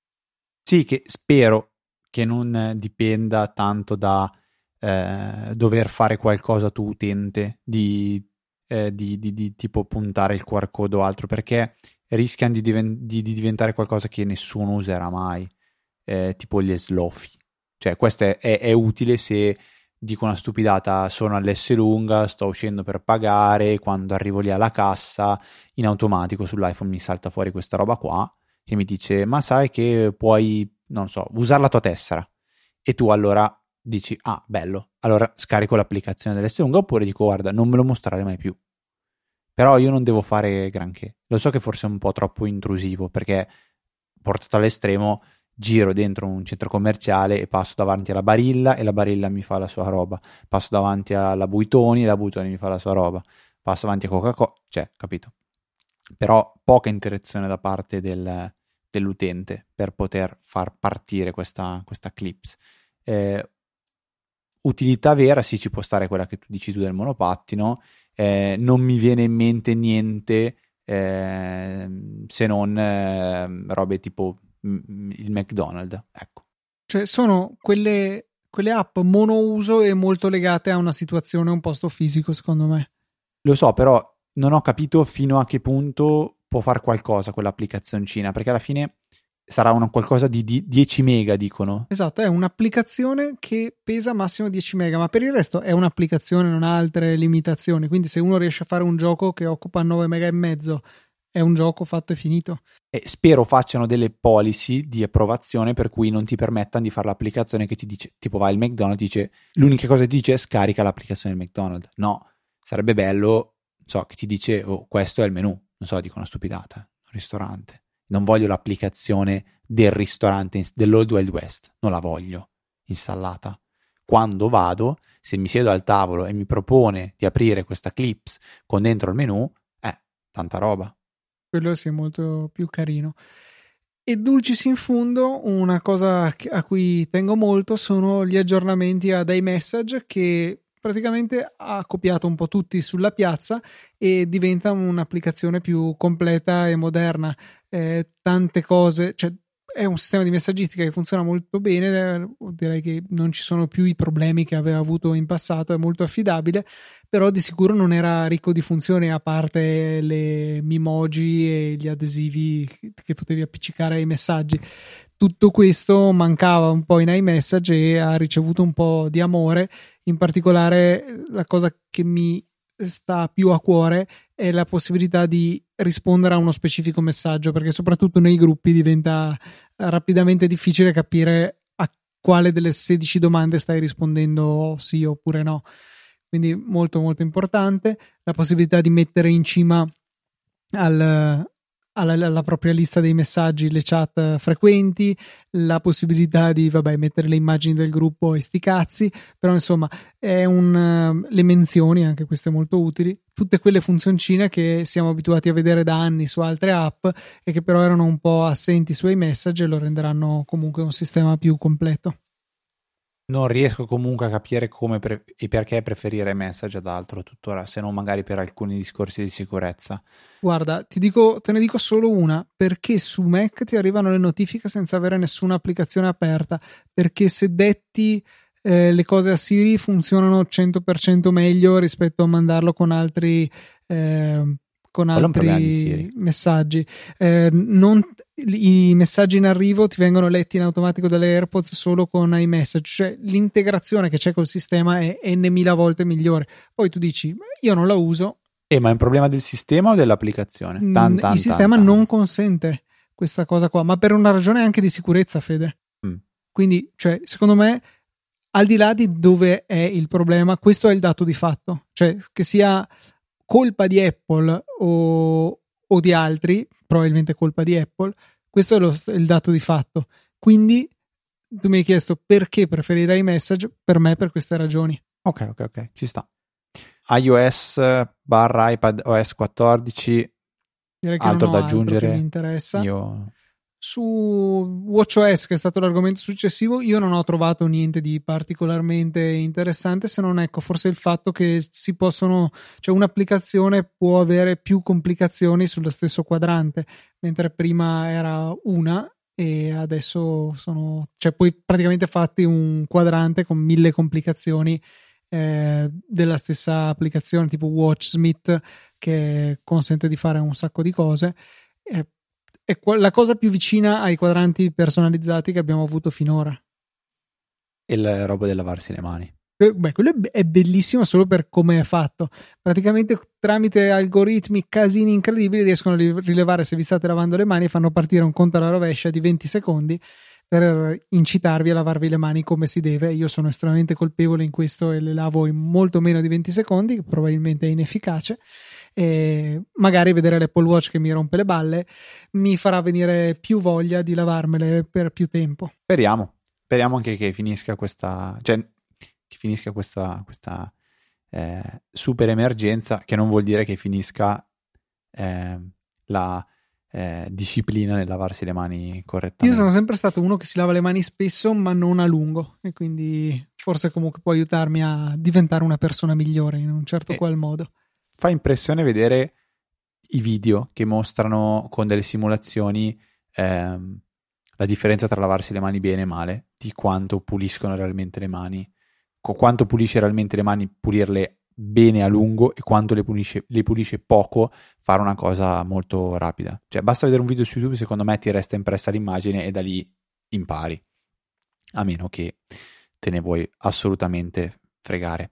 Sì, che spero che non dipenda tanto da eh, dover fare qualcosa tu utente di, eh, di, di, di tipo puntare il Q R code o altro, perché rischiano di, diven- di, di diventare qualcosa che nessuno userà mai, eh, tipo gli eslofi. Cioè questo è, è, è utile se dico una stupidata, sono all'S lunga, sto uscendo per pagare, quando arrivo lì alla cassa in automatico sull'iPhone mi salta fuori questa roba qua che mi dice ma sai che puoi, non so, usare la tua tessera, e tu allora dici ah bello, allora scarico l'applicazione dell'S lunga, oppure dico guarda non me lo mostrare mai più. Però io non devo fare granché, lo so che forse è un po' troppo intrusivo, perché portato all'estremo giro dentro un centro commerciale e passo davanti alla Barilla e la Barilla mi fa la sua roba, passo davanti alla Buitoni e la Buitoni mi fa la sua roba, passo davanti a Coca-Cola, cioè, capito? Però poca interazione da parte del, dell'utente per poter far partire questa, questa clips. Eh, utilità vera sì, ci può stare quella che tu dici tu del monopattino, eh, non mi viene in mente niente eh, se non eh, robe tipo il McDonald's, ecco. Cioè sono quelle, quelle app monouso e molto legate a una situazione, un posto fisico, secondo me. Lo so, però non ho capito fino a che punto può fare qualcosa quell'applicazioncina, perché alla fine sarà una qualcosa di, di dieci mega, dicono. Esatto, è un'applicazione che pesa massimo dieci mega, ma per il resto è un'applicazione, non ha altre limitazioni. Quindi se uno riesce a fare un gioco che occupa nove mega e mezzo, è un gioco fatto e finito. E spero facciano delle policy di approvazione per cui non ti permettano di fare l'applicazione che ti dice, tipo vai al McDonald's, dice, l'unica cosa che ti dice è scarica l'applicazione del McDonald's. No, sarebbe bello, non so, che ti dice oh, questo è il menù, non so, dico una stupidata, un ristorante. Non voglio l'applicazione del ristorante dell'Old Wild West, non la voglio installata. Quando vado, se mi siedo al tavolo e mi propone di aprire questa clips con dentro il menù, eh, tanta roba. Quello sia molto più carino. E dulcis in fundo, una cosa a cui tengo molto sono gli aggiornamenti ad iMessage, che praticamente ha copiato un po' tutti sulla piazza e diventa un'applicazione più completa e moderna. Eh, tante cose, cioè è un sistema di messaggistica che funziona molto bene, direi che non ci sono più i problemi che aveva avuto in passato, è molto affidabile, però di sicuro non era ricco di funzioni, a parte le Memoji e gli adesivi che potevi appiccicare ai messaggi. Tutto questo mancava un po' in iMessage e ha ricevuto un po' di amore. In particolare la cosa che mi sta più a cuore è la possibilità di rispondere a uno specifico messaggio, perché soprattutto nei gruppi diventa rapidamente difficile capire a quale delle sedici domande stai rispondendo sì oppure no. Quindi molto molto importante la possibilità di mettere in cima al alla, alla propria lista dei messaggi le chat frequenti, la possibilità di vabbè mettere le immagini del gruppo e sti cazzi, però insomma è un le menzioni, anche queste molto utili, tutte quelle funzioncine che siamo abituati a vedere da anni su altre app e che però erano un po' assenti su iMessage e lo renderanno comunque un sistema più completo. Non riesco comunque a capire come pre- e perché preferire Message ad altro tuttora, se non magari per alcuni discorsi di sicurezza. Guarda, ti dico, te ne dico solo una, perché su Mac ti arrivano le notifiche senza avere nessuna applicazione aperta, perché se detti eh, le cose a Siri funzionano cento per cento meglio rispetto a mandarlo con altri eh, con Quello è un problema di altri Siri. messaggi. Eh, non, I messaggi in arrivo ti vengono letti in automatico dalle AirPods solo con iMessage, cioè l'integrazione che c'è col sistema è n mila volte migliore. Poi tu dici, io non la uso. Eh, ma è un problema del sistema o dell'applicazione? Tan, tan, Il sistema tan, tan. non consente questa cosa qua, ma per una ragione anche di sicurezza, Fede. Mm. Quindi, cioè, secondo me, al di là di dove è il problema, questo è il dato di fatto. Cioè, che sia colpa di Apple o, o di altri, probabilmente colpa di Apple, questo è, lo, è il dato di fatto. Quindi tu mi hai chiesto perché preferirei iMessage, per me per queste ragioni. Ok, ok, ok, ci sta. iOS barra iPadOS quattordici, direi che altro non ho da aggiungere. altro che mi interessa. Io... Su WatchOS, che è stato l'argomento successivo, io non ho trovato niente di particolarmente interessante, se non, ecco, forse il fatto che si possono, cioè un'applicazione può avere più complicazioni sullo stesso quadrante, mentre prima era una e adesso sono, cioè puoi praticamente fatti un quadrante con mille complicazioni eh, della stessa applicazione, tipo WatchSmith, che consente di fare un sacco di cose. eh, È la cosa più vicina ai quadranti personalizzati che abbiamo avuto finora. E la roba del lavarsi le mani. Beh, quello è bellissimo solo per come è fatto. Praticamente tramite algoritmi, casini incredibili, riescono a rilevare se vi state lavando le mani e fanno partire un conto alla rovescia di venti secondi per incitarvi a lavarvi le mani come si deve. Io sono estremamente colpevole in questo e le lavo in molto meno di venti secondi, che probabilmente è inefficace. E magari vedere l'Apple Watch che mi rompe le balle mi farà venire più voglia di lavarmele per più tempo. Speriamo, speriamo anche che finisca questa, cioè che finisca questa, questa eh, super emergenza, che non vuol dire che finisca eh, la eh, disciplina nel lavarsi le mani correttamente. Io sono sempre stato uno che si lava le mani spesso ma non a lungo, e quindi forse comunque può aiutarmi a diventare una persona migliore in un certo e qual modo. Fa impressione vedere i video che mostrano con delle simulazioni ehm, la differenza tra lavarsi le mani bene e male, di quanto puliscono realmente le mani, con quanto pulisce realmente le mani pulirle bene a lungo e quanto le pulisce, le pulisce poco fare una cosa molto rapida. Cioè basta vedere un video su YouTube, secondo me ti resta impressa l'immagine e da lì impari, a meno che te ne vuoi assolutamente fregare.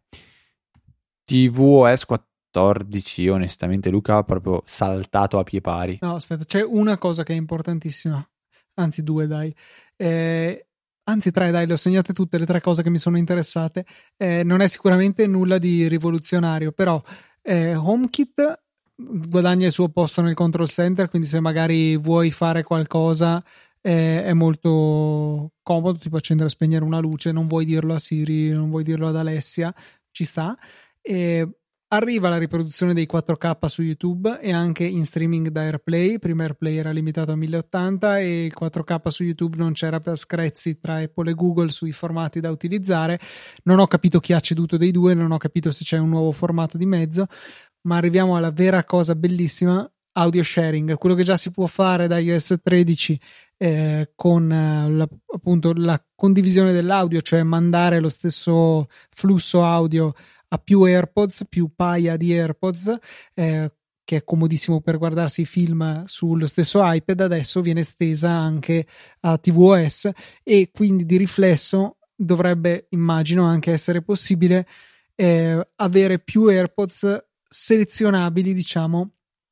tvOS quattordici, onestamente Luca ha proprio saltato a pie pari. No, aspetta, c'è una cosa che è importantissima, anzi due dai, eh, anzi tre dai, le ho segnate tutte le tre cose che mi sono interessate. Eh, non è sicuramente nulla di rivoluzionario, però eh, HomeKit guadagna il suo posto nel control center, quindi se magari vuoi fare qualcosa eh, è molto comodo, tipo accendere e spegnere una luce, non vuoi dirlo a Siri, non vuoi dirlo ad Alessia, ci sta. E arriva la riproduzione dei quattro K su YouTube e anche in streaming da AirPlay. Prima AirPlay era limitato a mille ottanta e il quattro K su YouTube non c'era per screzi tra Apple e Google sui formati da utilizzare. Non ho capito chi ha ceduto dei due, non ho capito se c'è un nuovo formato di mezzo, ma arriviamo alla vera cosa bellissima: audio sharing, quello che già si può fare da iOS tredici eh, con eh, la, appunto la condivisione dell'audio, cioè mandare lo stesso flusso audio a più AirPods, più paia di AirPods, eh, che è comodissimo per guardarsi i film sullo stesso iPad. Adesso viene estesa anche a tvOS e quindi di riflesso dovrebbe, immagino, anche essere possibile eh, avere più AirPods selezionabili, diciamo,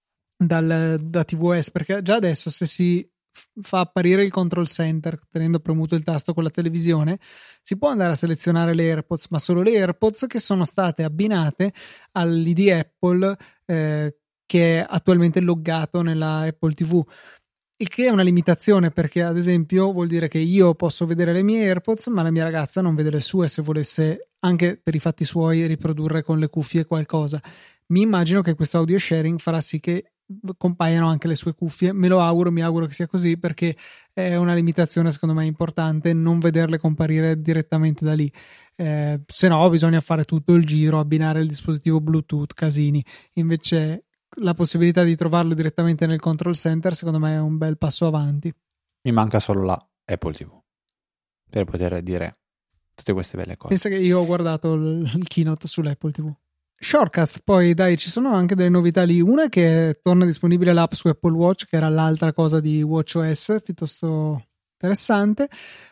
dal, da tvOS, perché già adesso se si fa apparire il control center tenendo premuto il tasto con la televisione si può andare a selezionare le AirPods, ma solo le AirPods che sono state abbinate all'I D Apple eh, che è attualmente loggato nella Apple tivù, il che è una limitazione, perché ad esempio vuol dire che io posso vedere le mie AirPods ma la mia ragazza non vede le sue, se volesse anche per i fatti suoi riprodurre con le cuffie qualcosa. Mi immagino che questo audio sharing farà sì che compaiano anche le sue cuffie, me lo auguro, mi auguro che sia così, perché è una limitazione secondo me importante non vederle comparire direttamente da lì, eh, se no bisogna fare tutto il giro, abbinare il dispositivo Bluetooth, casini. Invece la possibilità di trovarlo direttamente nel control center secondo me è un bel passo avanti. Mi manca solo la Apple tivù per poter dire tutte queste belle cose. Pensa che io ho guardato il, il keynote sull'Apple tivù. Shortcuts, poi dai, ci sono anche delle novità lì. Una che torna disponibile l'app su Apple Watch, che era l'altra cosa di WatchOS, piuttosto interessante,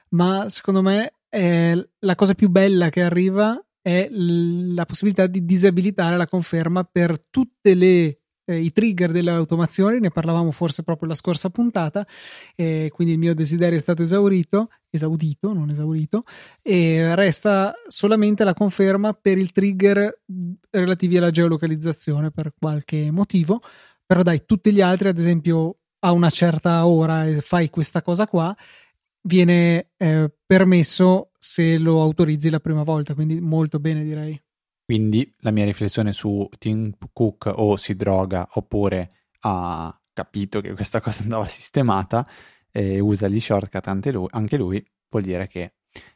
ma secondo me è la cosa più bella che arriva è la possibilità di disabilitare la conferma per tutte le eh, i trigger delle automazioni. Ne parlavamo forse proprio la scorsa puntata, eh, quindi il mio desiderio è stato esaurito esaudito, non esaurito, e resta solamente la conferma per il trigger relativi alla geolocalizzazione per qualche motivo. Però dai, tutti gli altri, ad esempio a una certa ora e fai questa cosa qua, viene eh, permesso se lo autorizzi la prima volta, quindi molto bene, direi. Quindi la mia riflessione su Tim Cook o si droga oppure ha capito che questa cosa andava sistemata e usa gli shortcut anche lui, anche lui vuol dire che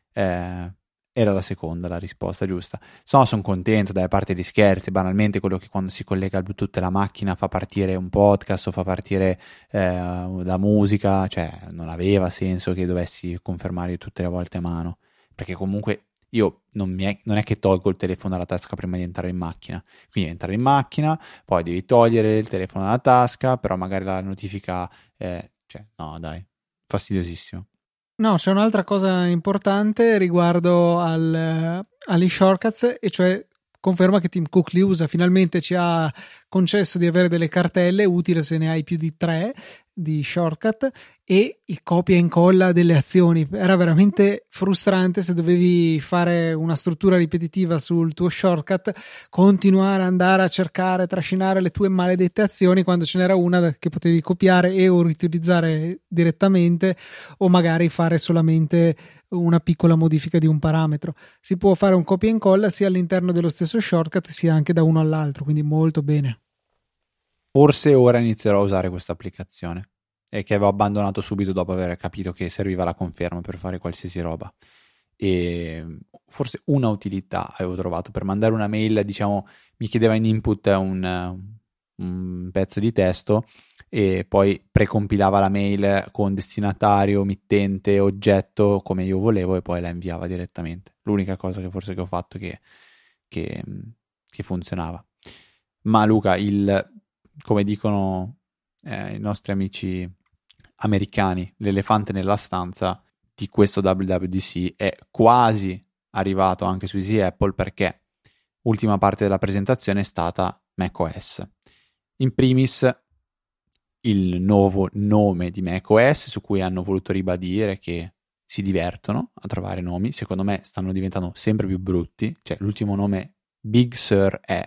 eh, era la seconda la risposta giusta. No, sono contento, dai, parte di scherzi, banalmente quello che quando si collega al Bluetooth la macchina fa partire un podcast o fa partire eh, la musica, cioè non aveva senso che dovessi confermare tutte le volte a mano, perché comunque io non, mi è, non è che tolgo il telefono dalla tasca prima di entrare in macchina, quindi entrare in macchina, poi devi togliere il telefono dalla tasca, però magari la notifica, eh, cioè no dai, fastidiosissimo. No, c'è un'altra cosa importante riguardo al, agli shortcuts, e cioè conferma che Tim Cook li usa. Finalmente ci ha concesso di avere delle cartelle, utile se ne hai più di tre di shortcut, e il copia e incolla delle azioni. Era veramente frustrante se dovevi fare una struttura ripetitiva sul tuo shortcut, continuare ad andare a cercare, trascinare le tue maledette azioni, quando ce n'era una che potevi copiare e o riutilizzare direttamente, o magari fare solamente una piccola modifica di un parametro. Si può fare un copia e incolla sia all'interno dello stesso shortcut sia anche da uno all'altro, quindi molto bene. Forse ora inizierò a usare questa applicazione, e che avevo abbandonato subito dopo aver capito che serviva la conferma per fare qualsiasi roba. E forse una utilità avevo trovato per mandare una mail, diciamo, mi chiedeva in input un, un pezzo di testo e poi precompilava la mail con destinatario, mittente, oggetto come io volevo, e poi la inviava direttamente. L'unica cosa che forse che ho fatto che, che, che funzionava. Ma Luca, il come dicono eh, i nostri amici americani, l'elefante nella stanza di questo W W D C è quasi arrivato anche su Easy Apple, perché ultima parte della presentazione è stata macOS. In primis il nuovo nome di macOS, su cui hanno voluto ribadire che si divertono a trovare nomi. Secondo me stanno diventando sempre più brutti, cioè l'ultimo nome Big Sur è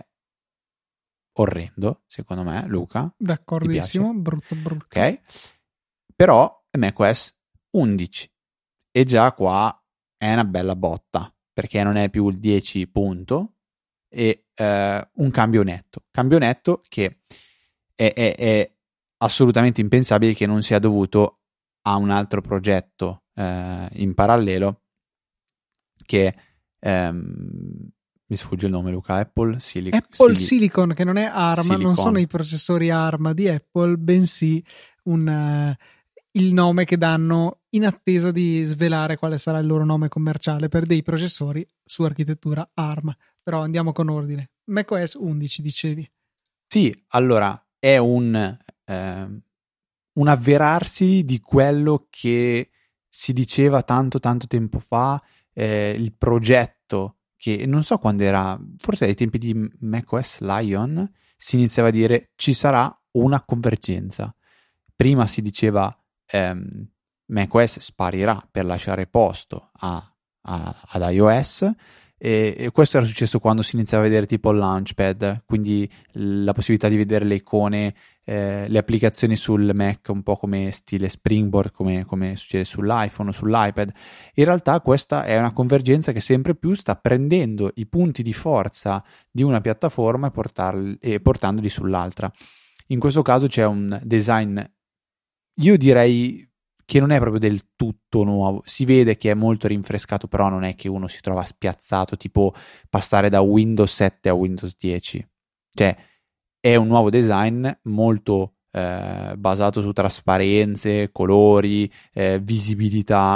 orrendo, secondo me, Luca. D'accordissimo, brutto brutto. Ok, però è macOS undici e già qua è una bella botta, perché non è più il dieci punto e eh, un cambio netto, cambio netto che è, è, è assolutamente impensabile che non sia dovuto a un altro progetto eh, in parallelo che ehm, mi sfugge il nome, Luca. Apple Silicon. Apple Sil- Silicon, che non è ARM, Silicon. Non sono i processori ARM di Apple, bensì un, uh, il nome che danno in attesa di svelare quale sarà il loro nome commerciale per dei processori su architettura ARM. Però andiamo con ordine. macOS undici, dicevi. Sì, allora è un, eh, un avverarsi di quello che si diceva tanto tanto tempo fa, eh, il progetto che non so quando era, forse ai tempi di macOS Lion, si iniziava a dire ci sarà una convergenza. Prima si diceva ehm, macOS sparirà per lasciare posto a, a, ad iOS, e, e questo era successo quando si iniziava a vedere tipo il Launchpad, quindi la possibilità di vedere le icone, eh, le applicazioni sul Mac un po' come stile Springboard, come, come succede sull'iPhone o sull'iPad. In realtà questa è una convergenza che sempre più sta prendendo i punti di forza di una piattaforma e, portarli, e portandoli sull'altra. In questo caso c'è un design, io direi che non è proprio del tutto nuovo, si vede che è molto rinfrescato, però non è che uno si trova spiazzato, tipo passare da Windows sette a Windows dieci. Cioè è un nuovo design molto eh, basato su trasparenze, colori, eh, visibilità,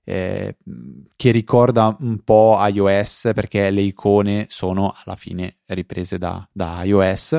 eh, che ricorda un po' iOS, perché le icone sono alla fine riprese da, da iOS,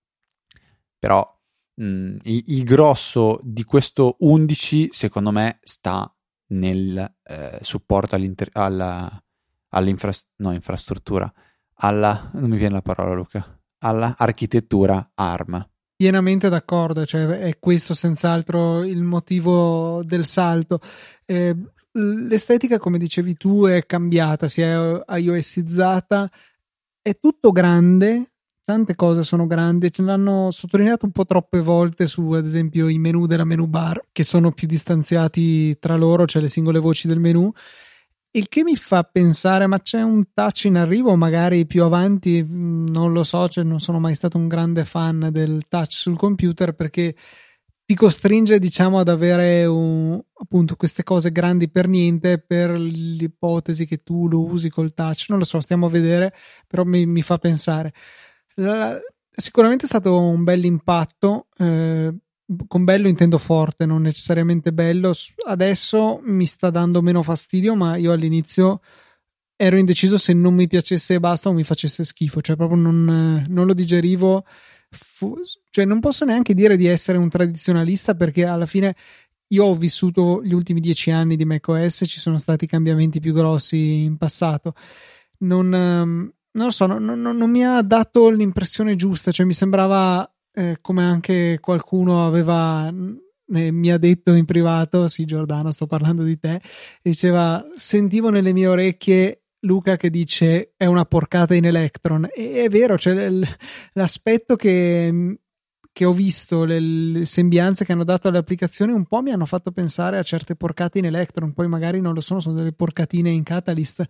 però mh, il, il grosso di questo undici secondo me sta nel eh, supporto alla, all'infra- no, infrastruttura, alla, non mi viene la parola Luca, alla architettura ARM. Pienamente d'accordo, cioè è questo senz'altro il motivo del salto. Eh, l'estetica, come dicevi tu, è cambiata, si è iOSizzata, è tutto grande, tante cose sono grandi, ce l'hanno sottolineato un po' troppe volte su, ad esempio, i menu della menu bar, che sono più distanziati tra loro, cioè le singole voci del menu. Il che mi fa pensare, ma c'è un touch in arrivo magari più avanti? Non lo so, cioè non sono mai stato un grande fan del touch sul computer, perché ti costringe, diciamo, ad avere un, appunto queste cose grandi per niente, per l'ipotesi che tu lo usi col touch. Non lo so, stiamo a vedere, però mi, mi fa pensare. La, sicuramente è stato un bel impatto. Eh, con bello intendo forte, non necessariamente bello. Adesso mi sta dando meno fastidio, ma io all'inizio ero indeciso se non mi piacesse e basta o mi facesse schifo, cioè proprio non, non lo digerivo. Fu, cioè non posso neanche dire di essere un tradizionalista, perché alla fine io ho vissuto gli ultimi dieci anni di macOS, ci sono stati cambiamenti più grossi in passato. Non, non lo so, non, non, non mi ha dato l'impressione giusta, cioè mi sembrava Eh, come anche qualcuno aveva eh, mi ha detto in privato, sì Giordano, sto parlando di te, diceva, sentivo nelle mie orecchie Luca che dice è una porcata in Electron, e è vero, cioè l- l'aspetto che, che ho visto, le, le sembianze che hanno dato alle applicazioni un po' mi hanno fatto pensare a certe porcate in Electron, poi magari non lo sono, sono delle porcatine in Catalyst,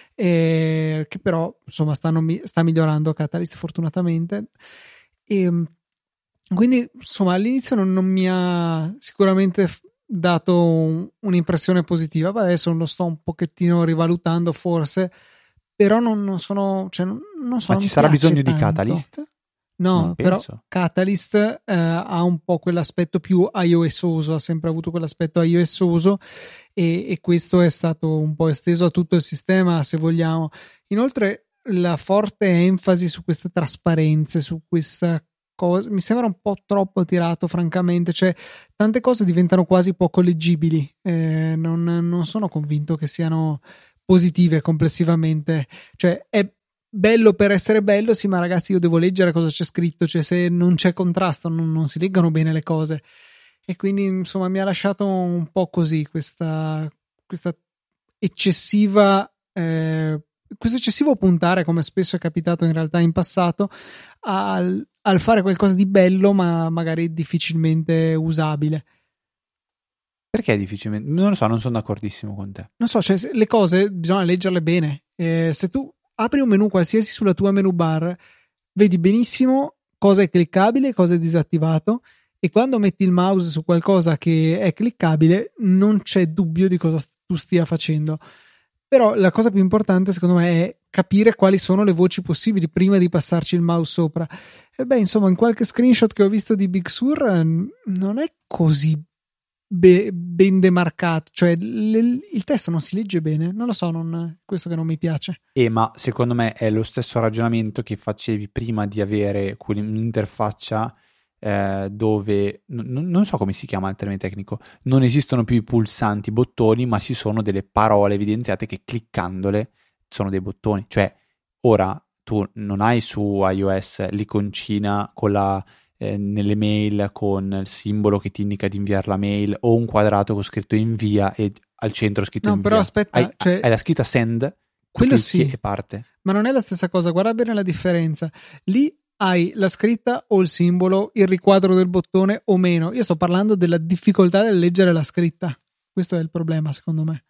eh, che però insomma stanno, sta migliorando Catalyst fortunatamente. E quindi insomma all'inizio non, non mi ha sicuramente dato un, un'impressione positiva, ma adesso lo sto un pochettino rivalutando forse, però non, non sono, cioè non, non so, Ma non ci mi sarà piace bisogno tanto. di Catalyst? No, Non però penso. Catalyst eh, ha un po' quell'aspetto più iOSoso, ha sempre avuto quell'aspetto iOSoso, e, e questo è stato un po' esteso a tutto il sistema, se vogliamo. Inoltre la forte enfasi su queste trasparenze, su questa cosa, mi sembra un po' troppo tirato, francamente, cioè tante cose diventano quasi poco leggibili, eh, non, non sono convinto che siano positive complessivamente, cioè è bello per essere bello, sì, ma ragazzi, io devo leggere cosa c'è scritto, cioè se non c'è contrasto non, non si leggono bene le cose, e quindi insomma mi ha lasciato un po' così questa, questa eccessiva eh, questo eccessivo puntare, come spesso è capitato in realtà in passato, al, al fare qualcosa di bello ma magari difficilmente usabile. Perché difficilmente? Non lo so, non sono d'accordissimo con te. Non so, cioè le cose bisogna leggerle bene. Eh, se tu apri un menu qualsiasi sulla tua menu bar, vedi benissimo cosa è cliccabile e cosa è disattivato, e quando metti il mouse su qualcosa che è cliccabile non c'è dubbio di cosa tu stia facendo. Però la cosa più importante secondo me è capire quali sono le voci possibili prima di passarci il mouse sopra. E beh, insomma, in qualche screenshot che ho visto di Big Sur non è così be- ben demarcato, cioè le- il testo non si legge bene, non lo so, non, questo che non mi piace. E ma secondo me è lo stesso ragionamento che facevi prima di avere un'interfaccia eh, dove, n- non so come si chiama il termine tecnico, non esistono più i pulsanti, i bottoni, ma ci sono delle parole evidenziate che cliccandole sono dei bottoni. Cioè, ora tu non hai su iOS l'iconcina con la, eh, nelle mail con il simbolo che ti indica di inviare la mail, o un quadrato con scritto invia e al centro scritto No, invia. però aspetta, Hai, cioè, hai la scritta send, tu quello clicchi sì, e parte. ma non è la stessa cosa, guarda bene la differenza. Lì hai la scritta o il simbolo, il riquadro del bottone o meno. Io sto parlando della difficoltà del leggere la scritta. Questo è il problema, secondo me.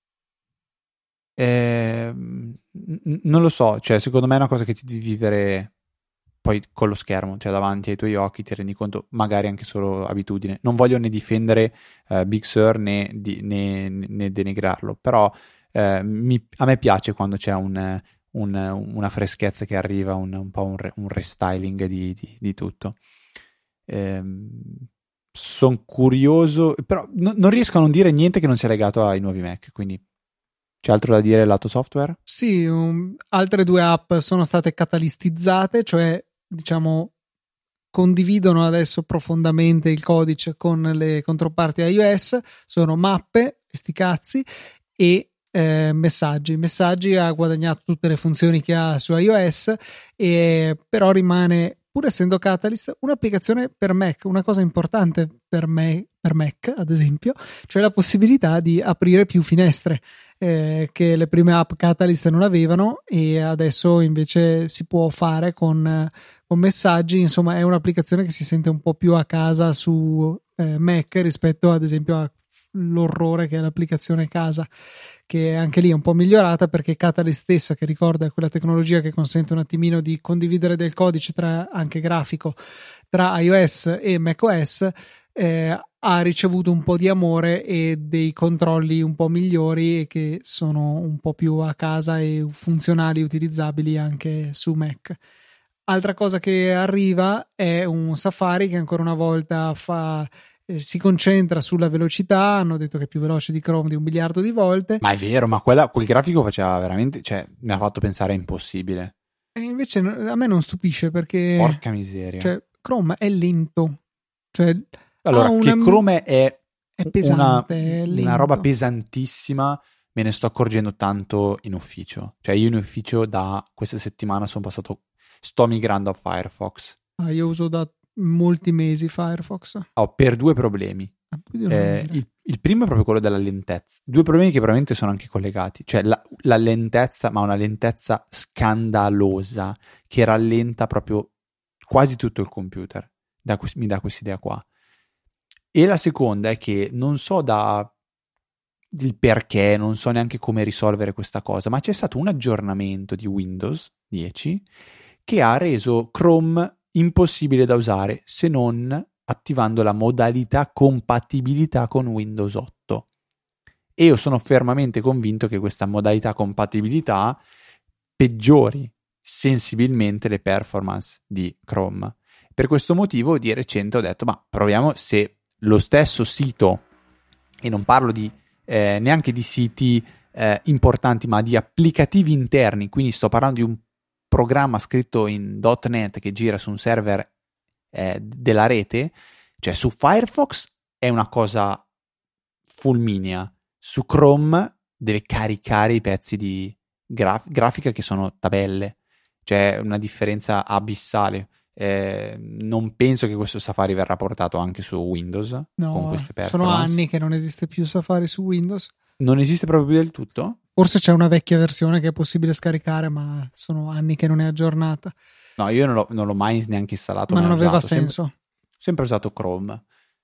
Eh, non lo so, cioè secondo me è una cosa che ti devi vivere poi con lo schermo, cioè davanti ai tuoi occhi, ti rendi conto, magari anche solo abitudine. Non voglio né difendere eh, Big Sur né, di, né, né denigrarlo, però eh, mi, a me piace quando c'è un, un, una freschezza che arriva, un, un po' un, re, un restyling di, di, di tutto. Eh, sono curioso, però no, non riesco a non dire niente che non sia legato ai nuovi Mac, quindi c'è altro da dire lato software? Sì, um, altre due app sono state catalistizzate, cioè diciamo condividono adesso profondamente il codice con le controparti iOS, sono mappe, sti cazzi, e eh, messaggi. Messaggi ha guadagnato tutte le funzioni che ha su iOS, e però rimane, pur essendo Catalyst, un'applicazione per Mac, una cosa importante per me, per Mac ad esempio, cioè la possibilità di aprire più finestre, eh, che le prime app Catalyst non avevano e adesso invece si può fare con, con messaggi. Insomma, è un'applicazione che si sente un po' più a casa su eh, Mac rispetto ad esempio all'orrore che è l'applicazione casa, che anche lì è un po' migliorata, perché Catalyst stessa, che ricorda quella tecnologia che consente un attimino di condividere del codice tra, anche grafico, tra iOS e macOS, eh, ha ricevuto un po' di amore e dei controlli un po' migliori e che sono un po' più a casa e funzionali, utilizzabili anche su Mac. Altra cosa che arriva è un Safari che ancora una volta fa si concentra sulla velocità. Hanno detto che è più veloce di Chrome di un miliardo di volte. Ma è vero, ma quella, quel grafico faceva veramente, cioè mi ha fatto pensare è impossibile. E invece a me non stupisce, perché porca miseria, cioè Chrome è lento, cioè allora una, che Chrome è, è pesante, una, è lento. una roba pesantissima, me ne sto accorgendo tanto in ufficio. Cioè io in ufficio da questa settimana sono passato, sto migrando a Firefox. Ah, io uso da molti mesi Firefox. Ho per due problemi. Eh, il, il primo è proprio quello della lentezza. Due problemi che probabilmente sono anche collegati. Cioè la, la lentezza, ma una lentezza scandalosa che rallenta proprio quasi tutto il computer. Da, mi dà questa idea qua. E la seconda è che non so da il perché, non so neanche come risolvere questa cosa, ma c'è stato un aggiornamento di Windows dieci che ha reso Chrome impossibile da usare se non attivando la modalità compatibilità con Windows otto. E io sono fermamente convinto che questa modalità compatibilità peggiori sensibilmente le performance di Chrome. Per questo motivo di recente ho detto, ma proviamo se lo stesso sito, e non parlo di eh, neanche di siti eh, importanti, ma di applicativi interni, quindi sto parlando di un programma scritto in .NET che gira su un server eh, della rete, cioè su Firefox è una cosa fulminea, su Chrome deve caricare i pezzi di graf- grafica che sono tabelle, cioè una differenza abissale. Eh, non penso che questo Safari verrà portato anche su Windows, no, con queste performance. Sono anni che non esiste più Safari su Windows. Non esiste proprio più del tutto? Forse c'è una vecchia versione che è possibile scaricare, ma sono anni che non è aggiornata. No, io non l'ho, non l'ho mai neanche installato. Ma non aveva usato. senso. Sempre, sempre usato Chrome.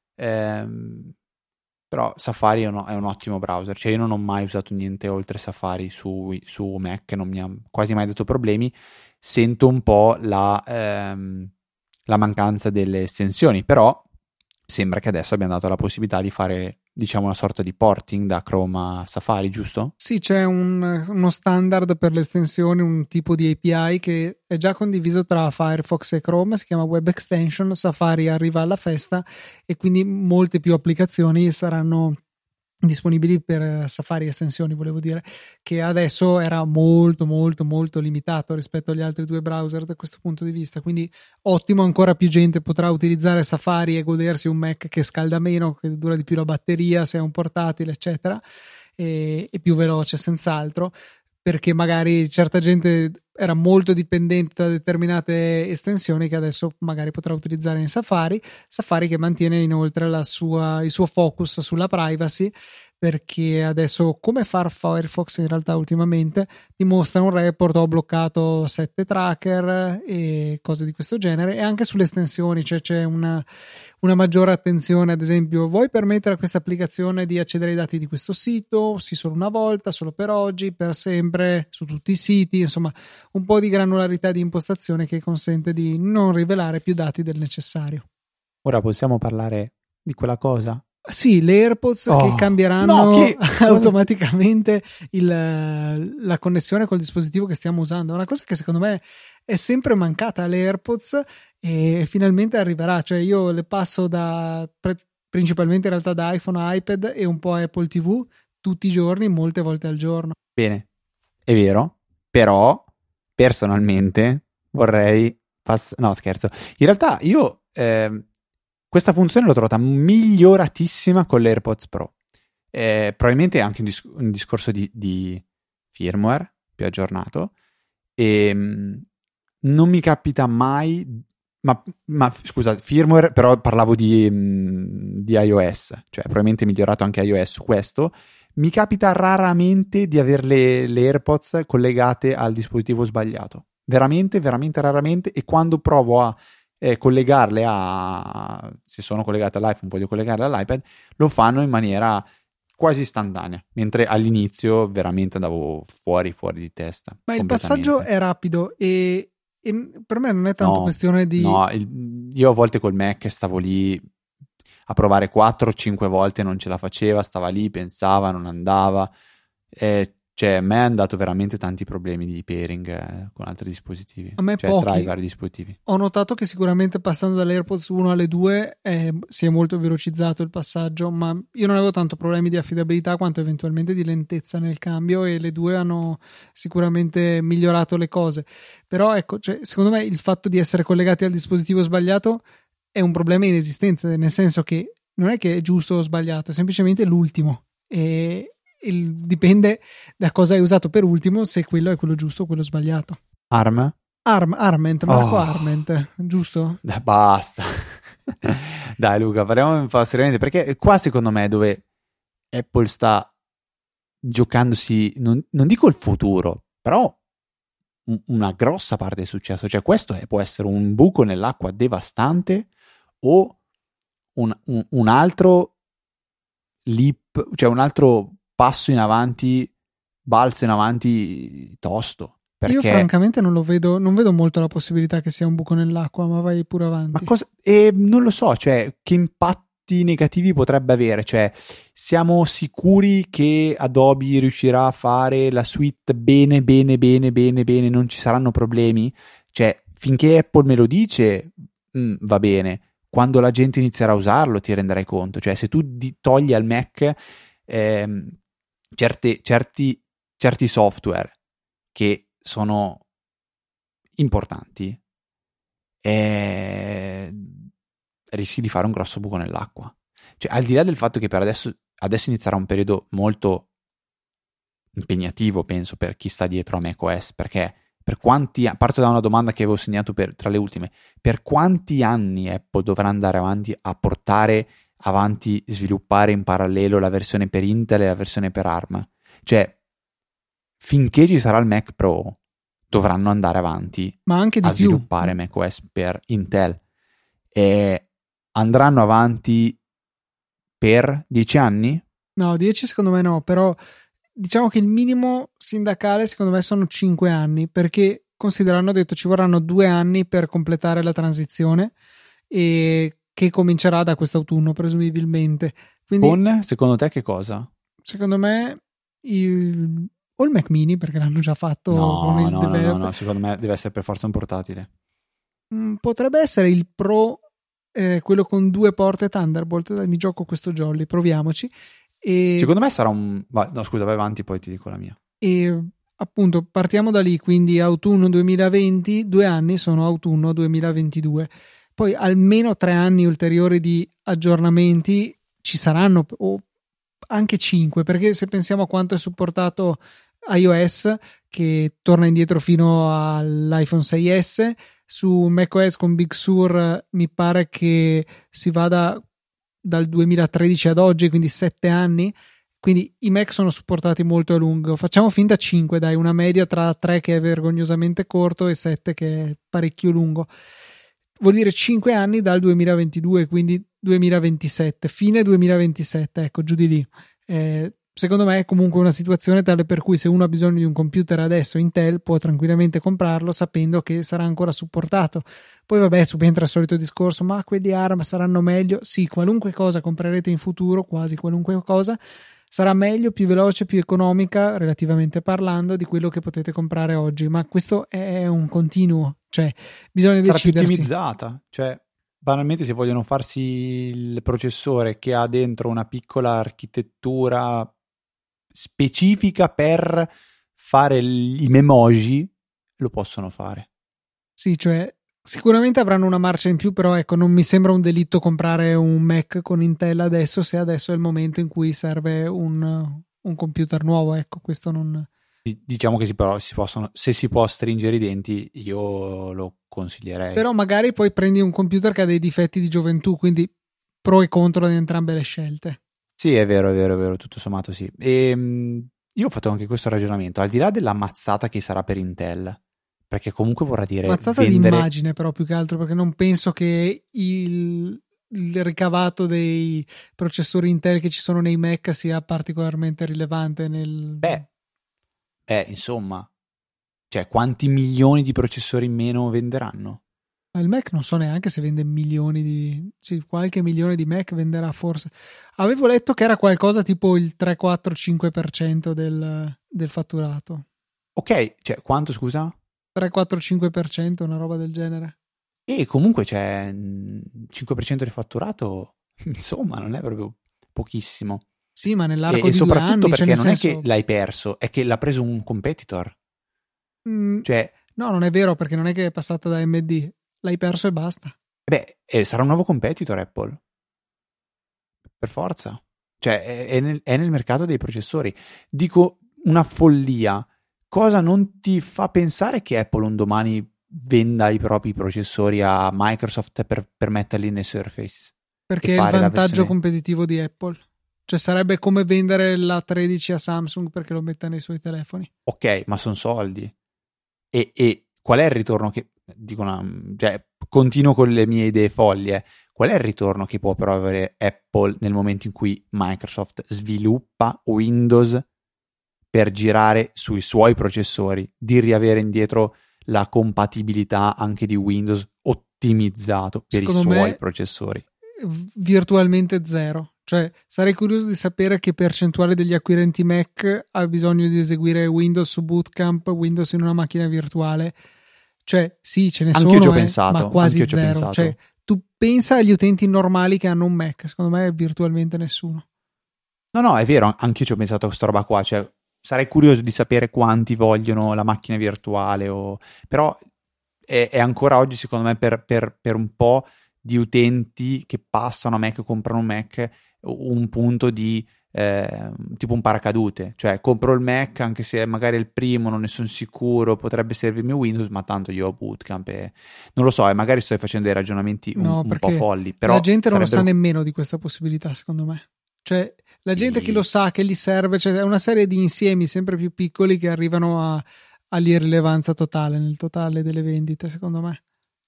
Ehm, però Safari è un, è un ottimo browser. Cioè io non ho mai usato niente oltre Safari su, su Mac, non mi ha quasi mai dato problemi. Sento un po' la, ehm, la mancanza delle estensioni, però sembra che adesso abbiamo dato la possibilità di fare, diciamo, una sorta di porting da Chrome a Safari, giusto? Sì, c'è un, uno standard per le estensioni, un tipo di A P I che è già condiviso tra Firefox e Chrome, si chiama Web Extension. Safari arriva alla festa e quindi molte più applicazioni saranno disponibili per Safari estensioni, volevo dire, che adesso era molto molto molto limitato rispetto agli altri due browser da questo punto di vista. Quindi ottimo, ancora più gente potrà utilizzare Safari e godersi un Mac che scalda meno, che dura di più la batteria se è un portatile, eccetera, e, e più veloce senz'altro, perché magari certa gente era molto dipendente da determinate estensioni che adesso magari potrà utilizzare in Safari. Safari che mantiene inoltre la sua, il suo focus sulla privacy, perché adesso, come fa Firefox in realtà ultimamente, ti mostra un report: ho bloccato sette tracker e cose di questo genere. E anche sulle estensioni, cioè c'è una, una maggiore attenzione. Ad esempio, vuoi permettere a questa applicazione di accedere ai dati di questo sito? Sì, solo una volta, solo per oggi, per sempre, su tutti i siti. Insomma, un po' di granularità di impostazione che consente di non rivelare più dati del necessario. Ora possiamo parlare di quella cosa Sì, le AirPods oh, che cambieranno no, che... automaticamente il, la connessione col dispositivo che stiamo usando. È una cosa che secondo me è sempre mancata alle AirPods e finalmente arriverà. Cioè io le passo da principalmente in realtà da iPhone a iPad e un po' a Apple ti vu tutti i giorni, molte volte al giorno. Bene, è vero, però personalmente vorrei pass- no scherzo, in realtà io eh, questa funzione l'ho trovata miglioratissima con l'AirPods Pro, eh, probabilmente anche un, dis- un discorso di, di firmware più aggiornato e mh, non mi capita mai ma, ma scusa, firmware però parlavo di, mh, di iOS, cioè probabilmente migliorato anche iOS su questo. Mi capita raramente di avere le, le AirPods collegate al dispositivo sbagliato. Veramente, veramente raramente. E quando provo a eh, collegarle a... se sono collegate all'iPhone, voglio collegarle all'iPad, lo fanno in maniera quasi istantanea. Mentre all'inizio veramente andavo fuori, fuori di testa. Ma il passaggio è rapido e, e per me non è tanto no, questione di... No, il, io a volte col Mac stavo lì a provare quattro o cinque volte, non ce la faceva, stava lì, pensava, non andava. Eh, cioè, a me è andato veramente tanti problemi di pairing eh, con altri dispositivi. A me cioè, pochi. tra i vari dispositivi. Ho notato che sicuramente passando dall'AirPods uno alle due eh, si è molto velocizzato il passaggio, ma io non avevo tanto problemi di affidabilità quanto eventualmente di lentezza nel cambio e le due hanno sicuramente migliorato le cose. Però ecco, cioè, secondo me il fatto di essere collegati al dispositivo sbagliato è un problema inesistente, nel senso che non è che è giusto o sbagliato, è semplicemente l'ultimo e il, dipende da cosa hai usato per ultimo, se quello è quello giusto o quello sbagliato. Arm? Arm, Arment, Marco Oh. Arment, giusto? Dai, basta. Dai Luca, parliamo un po' seriamente, perché qua secondo me è dove Apple sta giocandosi, non, non dico il futuro, però una grossa parte del successo. Cioè questo è, può essere un buco nell'acqua devastante o un, un, un altro leap, cioè un altro passo in avanti, balzo in avanti tosto. Perché... Io francamente non lo vedo, non vedo molto la possibilità che sia un buco nell'acqua, ma vai pure avanti. Ma cosa... E non lo so, cioè che impatti negativi potrebbe avere? Cioè siamo sicuri che Adobe riuscirà a fare la suite bene, bene, bene, bene, bene, non ci saranno problemi? Cioè finché Apple me lo dice mh, va bene, quando la gente inizierà a usarlo ti renderai conto. Cioè se tu di- togli al Mac ehm, certe, certi, certi software che sono importanti, e rischi di fare un grosso buco nell'acqua. Cioè, al di là del fatto che per adesso, adesso inizierà un periodo molto impegnativo, penso, per chi sta dietro a macOS, perché per quanti, parto da una domanda che avevo segnato per, tra le ultime, per quanti anni Apple dovrà andare avanti a portare avanti, sviluppare in parallelo la versione per Intel e la versione per ARM? Cioè, finché ci sarà il Mac Pro, dovranno andare avanti ma anche di a più. sviluppare macOS per Intel e andranno avanti per dieci anni? No, dieci secondo me no, però diciamo che il minimo sindacale secondo me sono cinque anni, perché considerando, ho detto, ci vorranno due anni per completare la transizione e che comincerà da quest'autunno presumibilmente. Quindi, con, secondo te, che cosa? Secondo me il, o il Mac Mini, perché l'hanno già fatto no, con il no, developer. no, no, secondo me deve essere per forza un portatile. Mm, potrebbe essere il Pro, eh, quello con due porte Thunderbolt. Mi gioco questo jolly, proviamoci. E, secondo me sarà un... Va, no, scusa, vai avanti, poi ti dico la mia. E appunto partiamo da lì, quindi autunno duemilaventi, due anni sono autunno duemilaventidue. Poi almeno tre anni ulteriori di aggiornamenti ci saranno, o anche cinque, perché se pensiamo a quanto è supportato iOS, che torna indietro fino all'iPhone sei esse, su macOS con Big Sur mi pare che si vada dal duemilatredici ad oggi, quindi sette anni. Quindi i Mac sono supportati molto a lungo. Facciamo finta cinque, dai, una media tra tre che è vergognosamente corto e sette che è parecchio lungo. Vuol dire cinque anni dal duemilaventidue, quindi duemilaventisette, fine duemilaventisette, ecco, giù di lì. Eh, secondo me è comunque una situazione tale per cui se uno ha bisogno di un computer adesso Intel può tranquillamente comprarlo sapendo che sarà ancora supportato. Poi vabbè, subentra il solito discorso, ma quelli ARM saranno meglio? Sì, qualunque cosa comprerete in futuro, quasi qualunque cosa, sarà meglio, più veloce, più economica, relativamente parlando, di quello che potete comprare oggi, ma questo è un continuo, cioè bisogna sarà più decidersi. ottimizzata, cioè banalmente se vogliono farsi il processore che ha dentro una piccola architettura specifica per fare i memoji, lo possono fare. Sì, cioè sicuramente avranno una marcia in più, però ecco, non mi sembra un delitto comprare un Mac con Intel adesso, se adesso è il momento in cui serve un, un computer nuovo, ecco, questo non... Diciamo che si, però si possono, se si può stringere i denti, io lo consiglierei. Però magari poi prendi un computer che ha dei difetti di gioventù, quindi pro e contro di entrambe le scelte. Sì, è vero, è vero, è vero, tutto sommato sì. E, mh, io ho fatto anche questo ragionamento, al di là della mazzata che sarà per Intel, perché comunque vorrà dire Mazzata vendere... di immagine però più che altro, perché non penso che il, il ricavato dei processori Intel che ci sono nei Mac sia particolarmente rilevante nel... Beh, eh, insomma, cioè quanti milioni di processori in meno venderanno? Il Mac non so neanche se vende milioni di... Sì, qualche milione di Mac venderà forse. Avevo letto che era qualcosa tipo il tre, quattro, cinque per cento del, del fatturato. Ok, cioè quanto scusa? tre, quattro, cinque per cento, una roba del genere. E comunque c'è cinque per cento di fatturato, insomma, non è proprio pochissimo. Sì, ma nell'arco E, e di due soprattutto anni, perché cioè nel non senso... è che l'hai perso, è che l'ha preso un competitor. Mm, Cioè, no, non è vero, perché non è che è passata da M D. L'hai perso e basta. beh, eh, sarà un nuovo competitor Apple. Per forza. Cioè, è, è nel, è nel mercato dei processori. Dico una follia. Cosa non ti fa pensare che Apple un domani venda i propri processori a Microsoft per, per metterli nel Surface? Perché è il vantaggio competitivo di Apple. Cioè sarebbe come vendere la tredici a Samsung perché lo metta nei suoi telefoni. Ok, ma sono soldi. E, e qual è il ritorno che... Dico una, cioè, continuo con le mie idee follie. Qual è il ritorno che può però avere Apple nel momento in cui Microsoft sviluppa Windows per girare sui suoi processori, di riavere indietro la compatibilità anche di Windows ottimizzato per Secondo i suoi me, processori? Virtualmente zero. Cioè, sarei curioso di sapere che percentuale degli acquirenti Mac ha bisogno di eseguire Windows su Bootcamp, Windows in una macchina virtuale. Cioè, sì, ce ne anche sono, io ci ho eh, pensato, ma quasi anche io ci ho zero. pensato. Cioè, tu pensa agli utenti normali che hanno un Mac, secondo me virtualmente nessuno. No, no, è vero, anche io ci ho pensato a questa roba qua, cioè sarei curioso di sapere quanti vogliono la macchina virtuale, o... però è, è ancora oggi, secondo me, per, per, per un po' di utenti che passano a Mac o comprano un Mac, un punto di eh, tipo un paracadute, cioè compro il Mac anche se magari è il primo, non ne sono sicuro, potrebbe servirmi Windows, ma tanto io ho Bootcamp e non lo so, e magari sto facendo dei ragionamenti un, no, un po' folli, però la gente non sarebbero... lo sa nemmeno di questa possibilità, secondo me. Cioè, la gente sì. che lo sa, che gli serve, cioè è una serie di insiemi sempre più piccoli che arrivano a, all'irrilevanza totale, nel totale delle vendite, secondo me.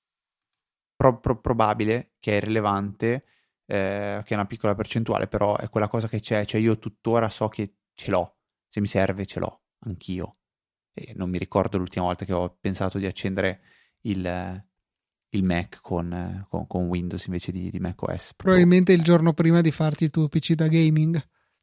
Pro, pro, probabile che è rilevante, eh, che è una piccola percentuale, però è quella cosa che c'è, cioè io tuttora so che ce l'ho, se mi serve ce l'ho, anch'io. E non mi ricordo l'ultima volta che ho pensato di accendere il, il Mac con, con, con Windows invece di, di macOS. Probabilmente il giorno prima di farti il tuo P C da gaming.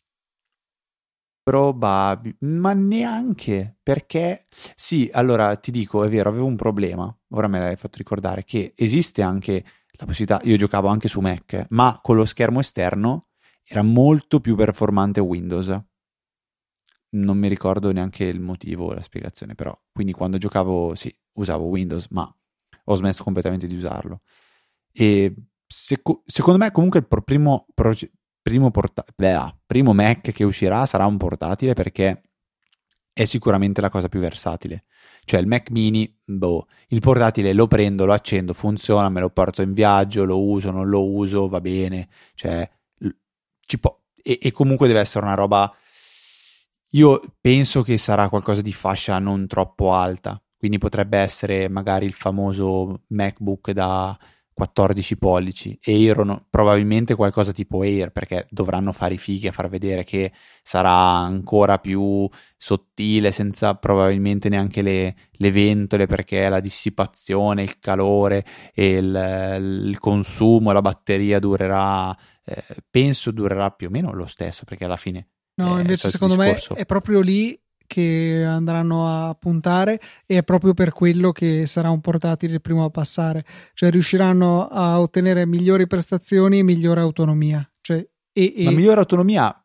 Probabile, ma neanche, perché sì, allora ti dico, è vero, avevo un problema, ora me l'hai fatto ricordare, che esiste anche la possibilità, io giocavo anche su Mac, ma con lo schermo esterno era molto più performante Windows. Non mi ricordo neanche il motivo, la spiegazione, però, quindi quando giocavo, sì, usavo Windows, ma ho smesso completamente di usarlo. E seco- secondo me comunque il primo progetto Primo, porta- bleh, primo Mac che uscirà sarà un portatile, perché è sicuramente la cosa più versatile. Cioè il Mac mini, boh, il portatile lo prendo, lo accendo, funziona, me lo porto in viaggio, lo uso, non lo uso, va bene. Cioè, ci può, e, e comunque deve essere una roba, io penso che sarà qualcosa di fascia non troppo alta, quindi potrebbe essere magari il famoso MacBook da quattordici pollici, Air no, probabilmente qualcosa tipo Air, perché dovranno fare i fighi a far vedere che sarà ancora più sottile, senza probabilmente neanche le, le ventole, perché la dissipazione, il calore e il, il consumo, la batteria durerà, eh, penso durerà più o meno lo stesso, perché alla fine no, eh, invece secondo discorso. me è proprio lì che andranno a puntare, e è proprio per quello che sarà un portatile il primo a passare, cioè riusciranno a ottenere migliori prestazioni e migliore autonomia, cioè, e, e... ma migliore autonomia,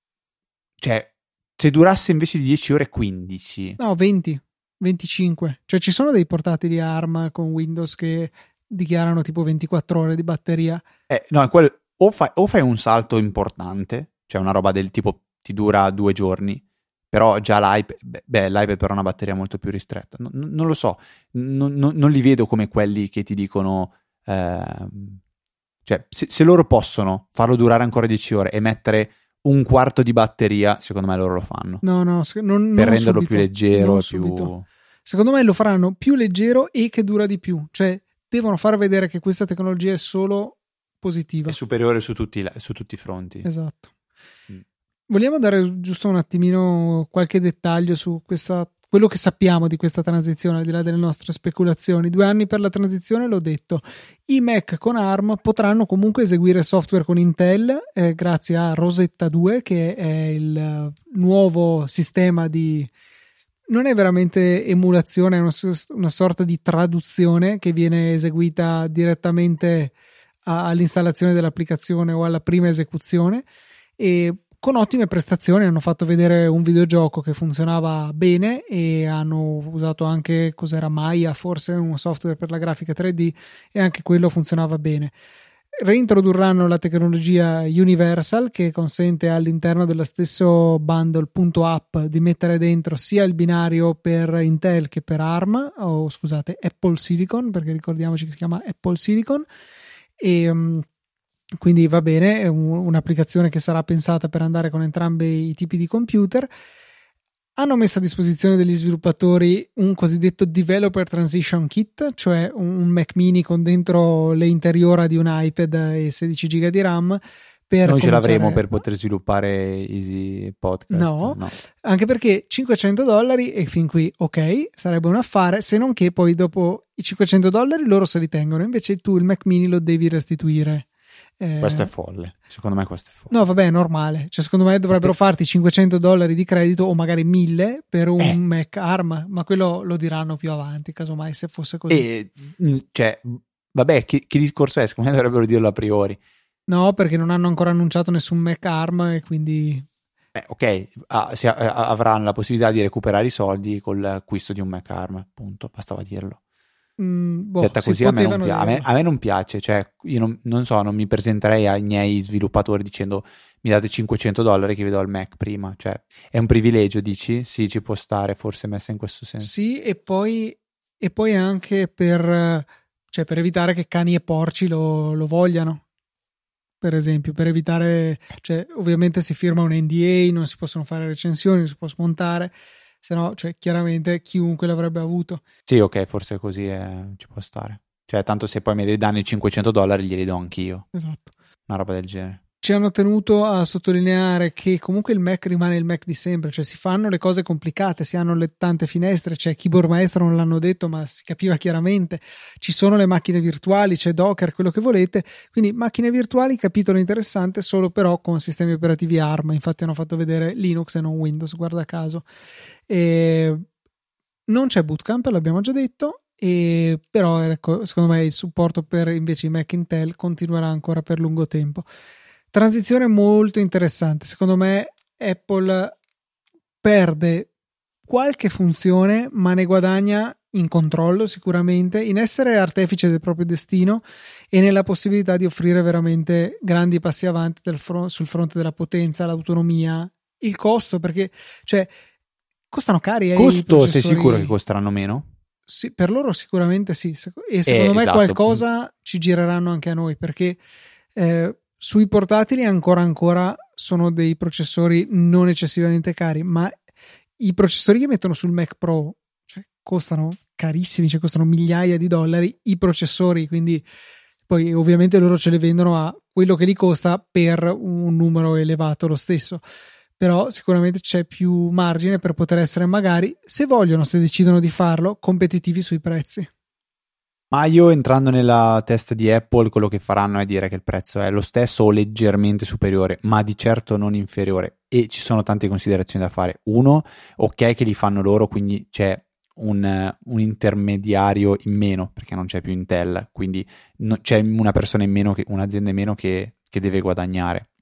cioè se durasse invece di dieci ore quindici, no, venti, venticinque, cioè ci sono dei portatili ARM con Windows che dichiarano tipo ventiquattro ore di batteria. Eh, no, quello, o, fai, o fai un salto importante, cioè una roba del tipo ti dura due giorni, però già l'iPad, beh, l'iPad però ha una batteria molto più ristretta, non, non lo so, non, non, non li vedo come quelli che ti dicono, ehm, cioè se, se loro possono farlo durare ancora dieci ore e mettere un quarto di batteria, secondo me loro lo fanno. No, no, non, per non renderlo subito, più leggero e subito. più... Secondo me lo faranno più leggero e che dura di più, cioè devono far vedere che questa tecnologia è solo positiva. È superiore su tutti, su tutti i fronti. Esatto. Mm. Vogliamo dare giusto un attimino qualche dettaglio su questa, quello che sappiamo di questa transizione, al di là delle nostre speculazioni. Due anni per la transizione, l'ho detto. I Mac con ARM potranno comunque eseguire software con Intel eh, grazie a Rosetta due, che è il nuovo sistema di... non è veramente emulazione, è una, una sorta di traduzione che viene eseguita direttamente a, all'installazione dell'applicazione o alla prima esecuzione, e con ottime prestazioni. Hanno fatto vedere un videogioco che funzionava bene e hanno usato anche, cos'era, Maya, forse un software per la grafica tre D, e anche quello funzionava bene. Reintrodurranno la tecnologia Universal, che consente all'interno dello stesso bundle .app di mettere dentro sia il binario per Intel che per ARM, o scusate Apple Silicon, perché ricordiamoci che si chiama Apple Silicon, e um, quindi va bene, è un, un'applicazione che sarà pensata per andare con entrambi i tipi di computer. Hanno messo a disposizione degli sviluppatori un cosiddetto Developer Transition Kit, cioè un Mac mini con dentro le interiora di un iPad e sedici giga di RAM. Per Noi cominciare... ce l'avremo per poter sviluppare Easy Podcast? No, no, anche perché cinquecento dollari, e fin qui ok, sarebbe un affare, se non che poi dopo i cinquecento dollari loro se li tengono, invece tu il Mac mini lo devi restituire. Eh, questo è folle, secondo me questo è folle. No, vabbè, è normale, cioè secondo me dovrebbero farti cinquecento dollari di credito o magari mille per un eh. Mac ARM, ma quello lo diranno più avanti, casomai, se fosse così. E, cioè, vabbè, che, che discorso è? Secondo me dovrebbero dirlo a priori. No, perché non hanno ancora annunciato nessun Mac ARM e quindi... Eh, ok, ah, si, ah, avranno la possibilità di recuperare i soldi con l'acquisto di un Mac ARM, appunto, bastava dirlo. Mm, boh, Detta così a me, non piace, a, me, a me non piace, cioè io non, non so, non mi presenterei ai miei sviluppatori dicendo mi date cinquecento dollari che vi do il Mac prima, cioè è un privilegio, dici? Sì, ci può stare, forse messa in questo senso. Sì, e poi, e poi anche per, cioè, per evitare che cani e porci lo, lo vogliano, per esempio, per evitare, cioè ovviamente si firma un N D A, non si possono fare recensioni, non si può smontare, se no, cioè, chiaramente chiunque l'avrebbe avuto. Sì, ok, forse così è, ci può stare. Cioè, tanto se poi me li danno i cinquecento dollari, glieli do anch'io. Esatto. Una roba del genere. Ci hanno tenuto a sottolineare che comunque il Mac rimane il Mac di sempre, cioè si fanno le cose complicate, si hanno le tante finestre, c'è keyboard maestro, non l'hanno detto ma si capiva chiaramente, ci sono le macchine virtuali, c'è Docker, quello che volete, quindi macchine virtuali, capitolo interessante, solo però con sistemi operativi ARM, infatti hanno fatto vedere Linux e non Windows, guarda caso. E non c'è bootcamp, l'abbiamo già detto, e però ecco, secondo me il supporto per invece i Mac Intel continuerà ancora per lungo tempo. Transizione molto interessante, secondo me Apple perde qualche funzione ma ne guadagna in controllo sicuramente, in essere artefice del proprio destino e nella possibilità di offrire veramente grandi passi avanti del fron- sul fronte della potenza, l'autonomia, il costo, perché cioè costano cari. Costo, sei sicuro che costeranno meno? Sì, per loro sicuramente sì, e secondo eh, me esatto. Qualcosa ci gireranno anche a noi, perché eh, sui portatili ancora ancora sono dei processori non eccessivamente cari, ma i processori che mettono sul Mac Pro, cioè, costano carissimi, cioè costano migliaia di dollari i processori, quindi poi ovviamente loro ce le vendono a quello che li costa per un numero elevato lo stesso, però sicuramente c'è più margine per poter essere, magari, se vogliono, se decidono di farlo, competitivi sui prezzi. Ma io, entrando nella testa di Apple, quello che faranno è dire che il prezzo è lo stesso o leggermente superiore, ma di certo non inferiore, e ci sono tante considerazioni da fare. Uno, ok che li fanno loro, quindi c'è un, un intermediario in meno, perché non c'è più Intel, quindi no, c'è una persona in meno, che, un'azienda in meno che, che deve guadagnare.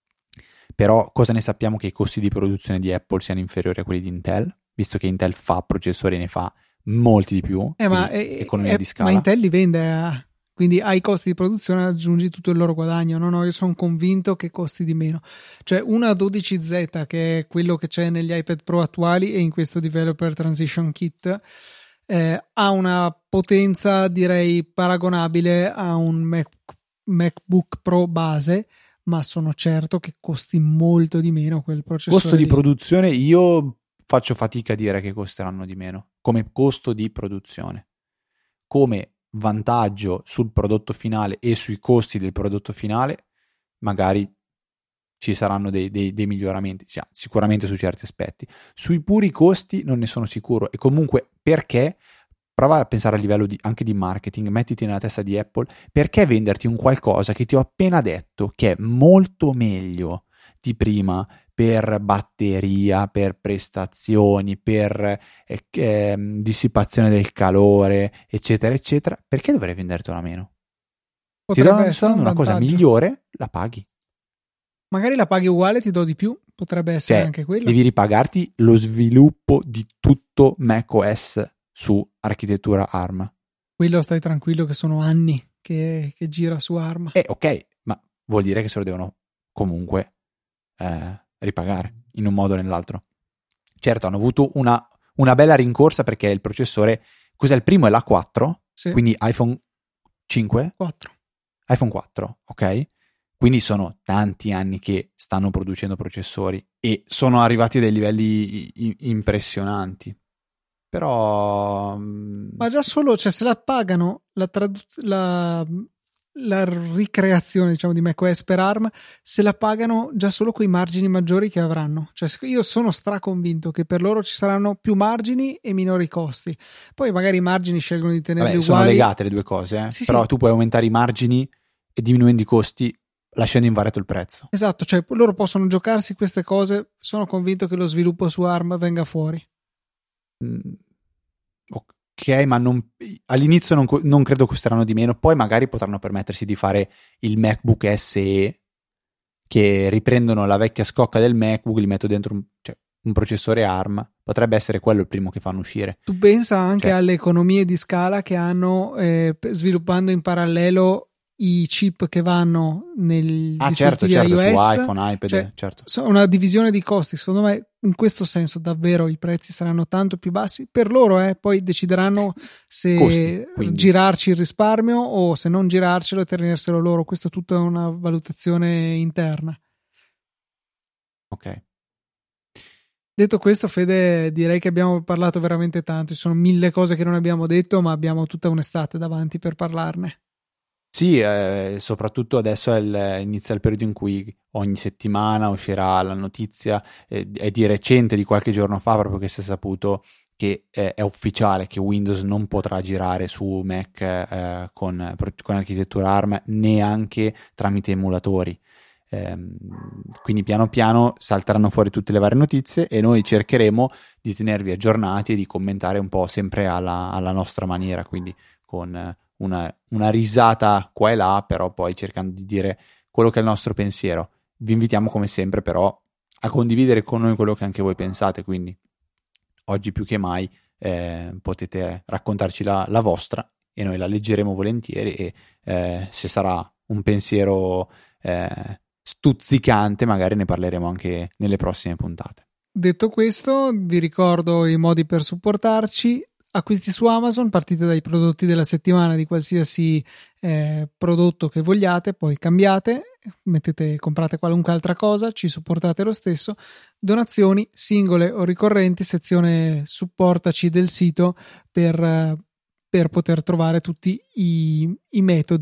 Però cosa ne sappiamo che i costi di produzione di Apple siano inferiori a quelli di Intel, visto che Intel fa processori e ne fa molti di più, eh, ma, è, economia è, di scala. Ma Intel li vende, a, quindi ai costi di produzione aggiungi tutto il loro guadagno. No, no, io sono convinto che costi di meno. Cioè una dodici Z, che è quello che c'è negli iPad Pro attuali e in questo Developer Transition Kit, eh, ha una potenza, direi, paragonabile a un Mac, MacBook Pro base, ma sono certo che costi molto di meno quel processore. Costo di lì. produzione, io faccio fatica a dire che costeranno di meno come costo di produzione. Come vantaggio sul prodotto finale e sui costi del prodotto finale magari ci saranno dei, dei, dei miglioramenti, cioè, sicuramente su certi aspetti. Sui puri costi non ne sono sicuro, e comunque perché, prova a pensare a livello di, anche di marketing, mettiti nella testa di Apple, perché venderti un qualcosa che ti ho appena detto che è molto meglio di prima per batteria, per prestazioni, per eh, eh, dissipazione del calore, eccetera, eccetera, perché dovrei vendertela meno? Potrebbe Ti do essere un una cosa vantaggio. migliore, la paghi. Magari la paghi uguale, ti do di più, potrebbe essere Cioè, anche quello. devi ripagarti lo sviluppo di tutto macOS su architettura ARM. Quello stai tranquillo che sono anni che, che gira su ARM. Eh, ok, ma vuol dire che se lo devono comunque eh, ripagare in un modo o nell'altro. Certo, hanno avuto una, una bella rincorsa, perché il processore, cos'è il primo? È l'A quattro, Sì. Quindi iPhone cinque? quattro. iPhone quattro, ok? Quindi sono tanti anni che stanno producendo processori e sono arrivati a dei livelli i- impressionanti. Però... Ma già solo, cioè, se la pagano la, tradu- la, la ricreazione, diciamo, di macOS per ARM, se la pagano già solo quei margini maggiori che avranno. Cioè, io sono straconvinto che per loro ci saranno più margini e minori costi. Poi magari i margini scelgono di tenerli Vabbè, uguali. sono legate le due cose, eh? Sì, Però sì. tu puoi aumentare i margini e diminuendo i costi, lasciando invariato il prezzo. Esatto, cioè loro possono giocarsi queste cose. Sono convinto che lo sviluppo su ARM venga fuori. Mm, ok, ma non, all'inizio non, non credo costeranno di meno, poi magari potranno permettersi di fare il MacBook S E, che riprendono la vecchia scocca del MacBook, gli metto dentro un, cioè, un processore ARM, potrebbe essere quello il primo che fanno uscire. Tu pensa anche Cioè, alle economie di scala che hanno, eh, sviluppando in parallelo i chip che vanno nel ah certo, dispositivi certo, iOS, su iPhone, iPad, cioè, certo. so- una divisione di costi. Secondo me in questo senso davvero i prezzi saranno tanto più bassi per loro, eh, poi decideranno se Costi, quindi. girarci il risparmio o se non girarcelo e tenerselo loro. Questo è tutta una valutazione interna. Ok. Detto questo, Fede, direi che abbiamo parlato veramente tanto. Ci sono mille cose che non abbiamo detto, ma abbiamo tutta un'estate davanti per parlarne. Sì, eh, soprattutto adesso è il, inizia il periodo in cui ogni settimana uscirà la notizia, eh, è di recente, di qualche giorno fa, proprio che si è saputo che eh, è ufficiale che Windows non potrà girare su Mac eh, con, con architettura ARM neanche tramite emulatori. Eh, quindi piano piano salteranno fuori tutte le varie notizie e noi cercheremo di tenervi aggiornati e di commentare un po' sempre alla, alla nostra maniera, quindi con una, una risata qua e là, però poi cercando di dire quello che è il nostro pensiero. Vi invitiamo come sempre però a condividere con noi quello che anche voi pensate, quindi oggi più che mai eh, potete raccontarci la, la vostra e noi la leggeremo volentieri, e eh, se sarà un pensiero eh, stuzzicante magari ne parleremo anche nelle prossime puntate. Detto questo, vi ricordo i modi per supportarci. Acquisti su Amazon, partite dai prodotti della settimana di qualsiasi eh, prodotto che vogliate, poi cambiate, mettete, comprate qualunque altra cosa, ci supportate lo stesso. Donazioni singole o ricorrenti, sezione supportaci del sito per, per poter trovare tutti i, i metodi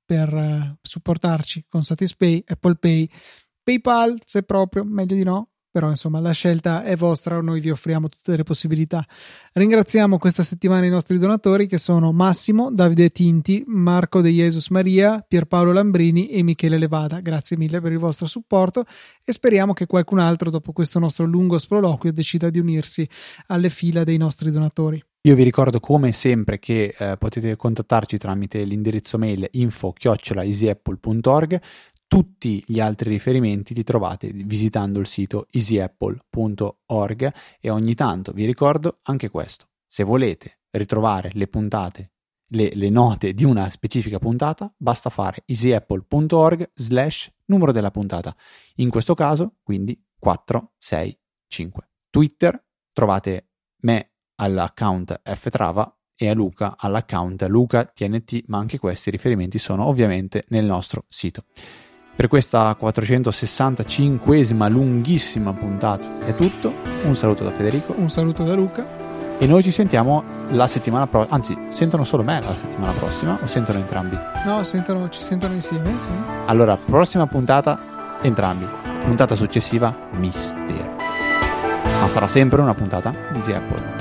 per eh, supportarci con Satispay, Apple Pay, PayPal se proprio, meglio di no, però insomma la scelta è vostra, noi vi offriamo tutte le possibilità. Ringraziamo questa settimana i nostri donatori che sono Massimo, Davide Tinti, Marco De Jesus Maria, Pierpaolo Lambrini e Michele Levada. Grazie mille per il vostro supporto e speriamo che qualcun altro dopo questo nostro lungo sproloquio decida di unirsi alle fila dei nostri donatori. Io vi ricordo come sempre che eh, potete contattarci tramite l'indirizzo mail info chiocciola easyapple punto org. Tutti gli altri riferimenti li trovate visitando il sito easyapple punto org e ogni tanto vi ricordo anche questo: se volete ritrovare le puntate, le, le note di una specifica puntata, basta fare easyapple punto org slash numero della puntata, in questo caso quindi quattro sei cinque. Twitter, trovate me all'account ftrava e a Luca all'account Luca T N T, ma anche questi riferimenti sono ovviamente nel nostro sito. Per questa quattrocentosessantacinquesima lunghissima puntata è tutto. Un saluto da Federico, un saluto da Luca e noi ci sentiamo la settimana prossima. Anzi, sentono solo me la settimana prossima o sentono entrambi? No, sentono, ci sentono insieme, sì. Allora, prossima puntata entrambi, puntata successiva mistero, ma sarà sempre una puntata di Easy Apple.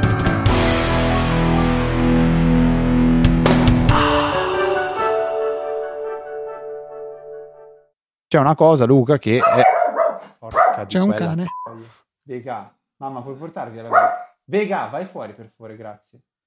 C'è una cosa, Luca, che è... Porca C'è un bella... cane. Vega, mamma, puoi portarvi alla... Vega, vai fuori per favore, grazie.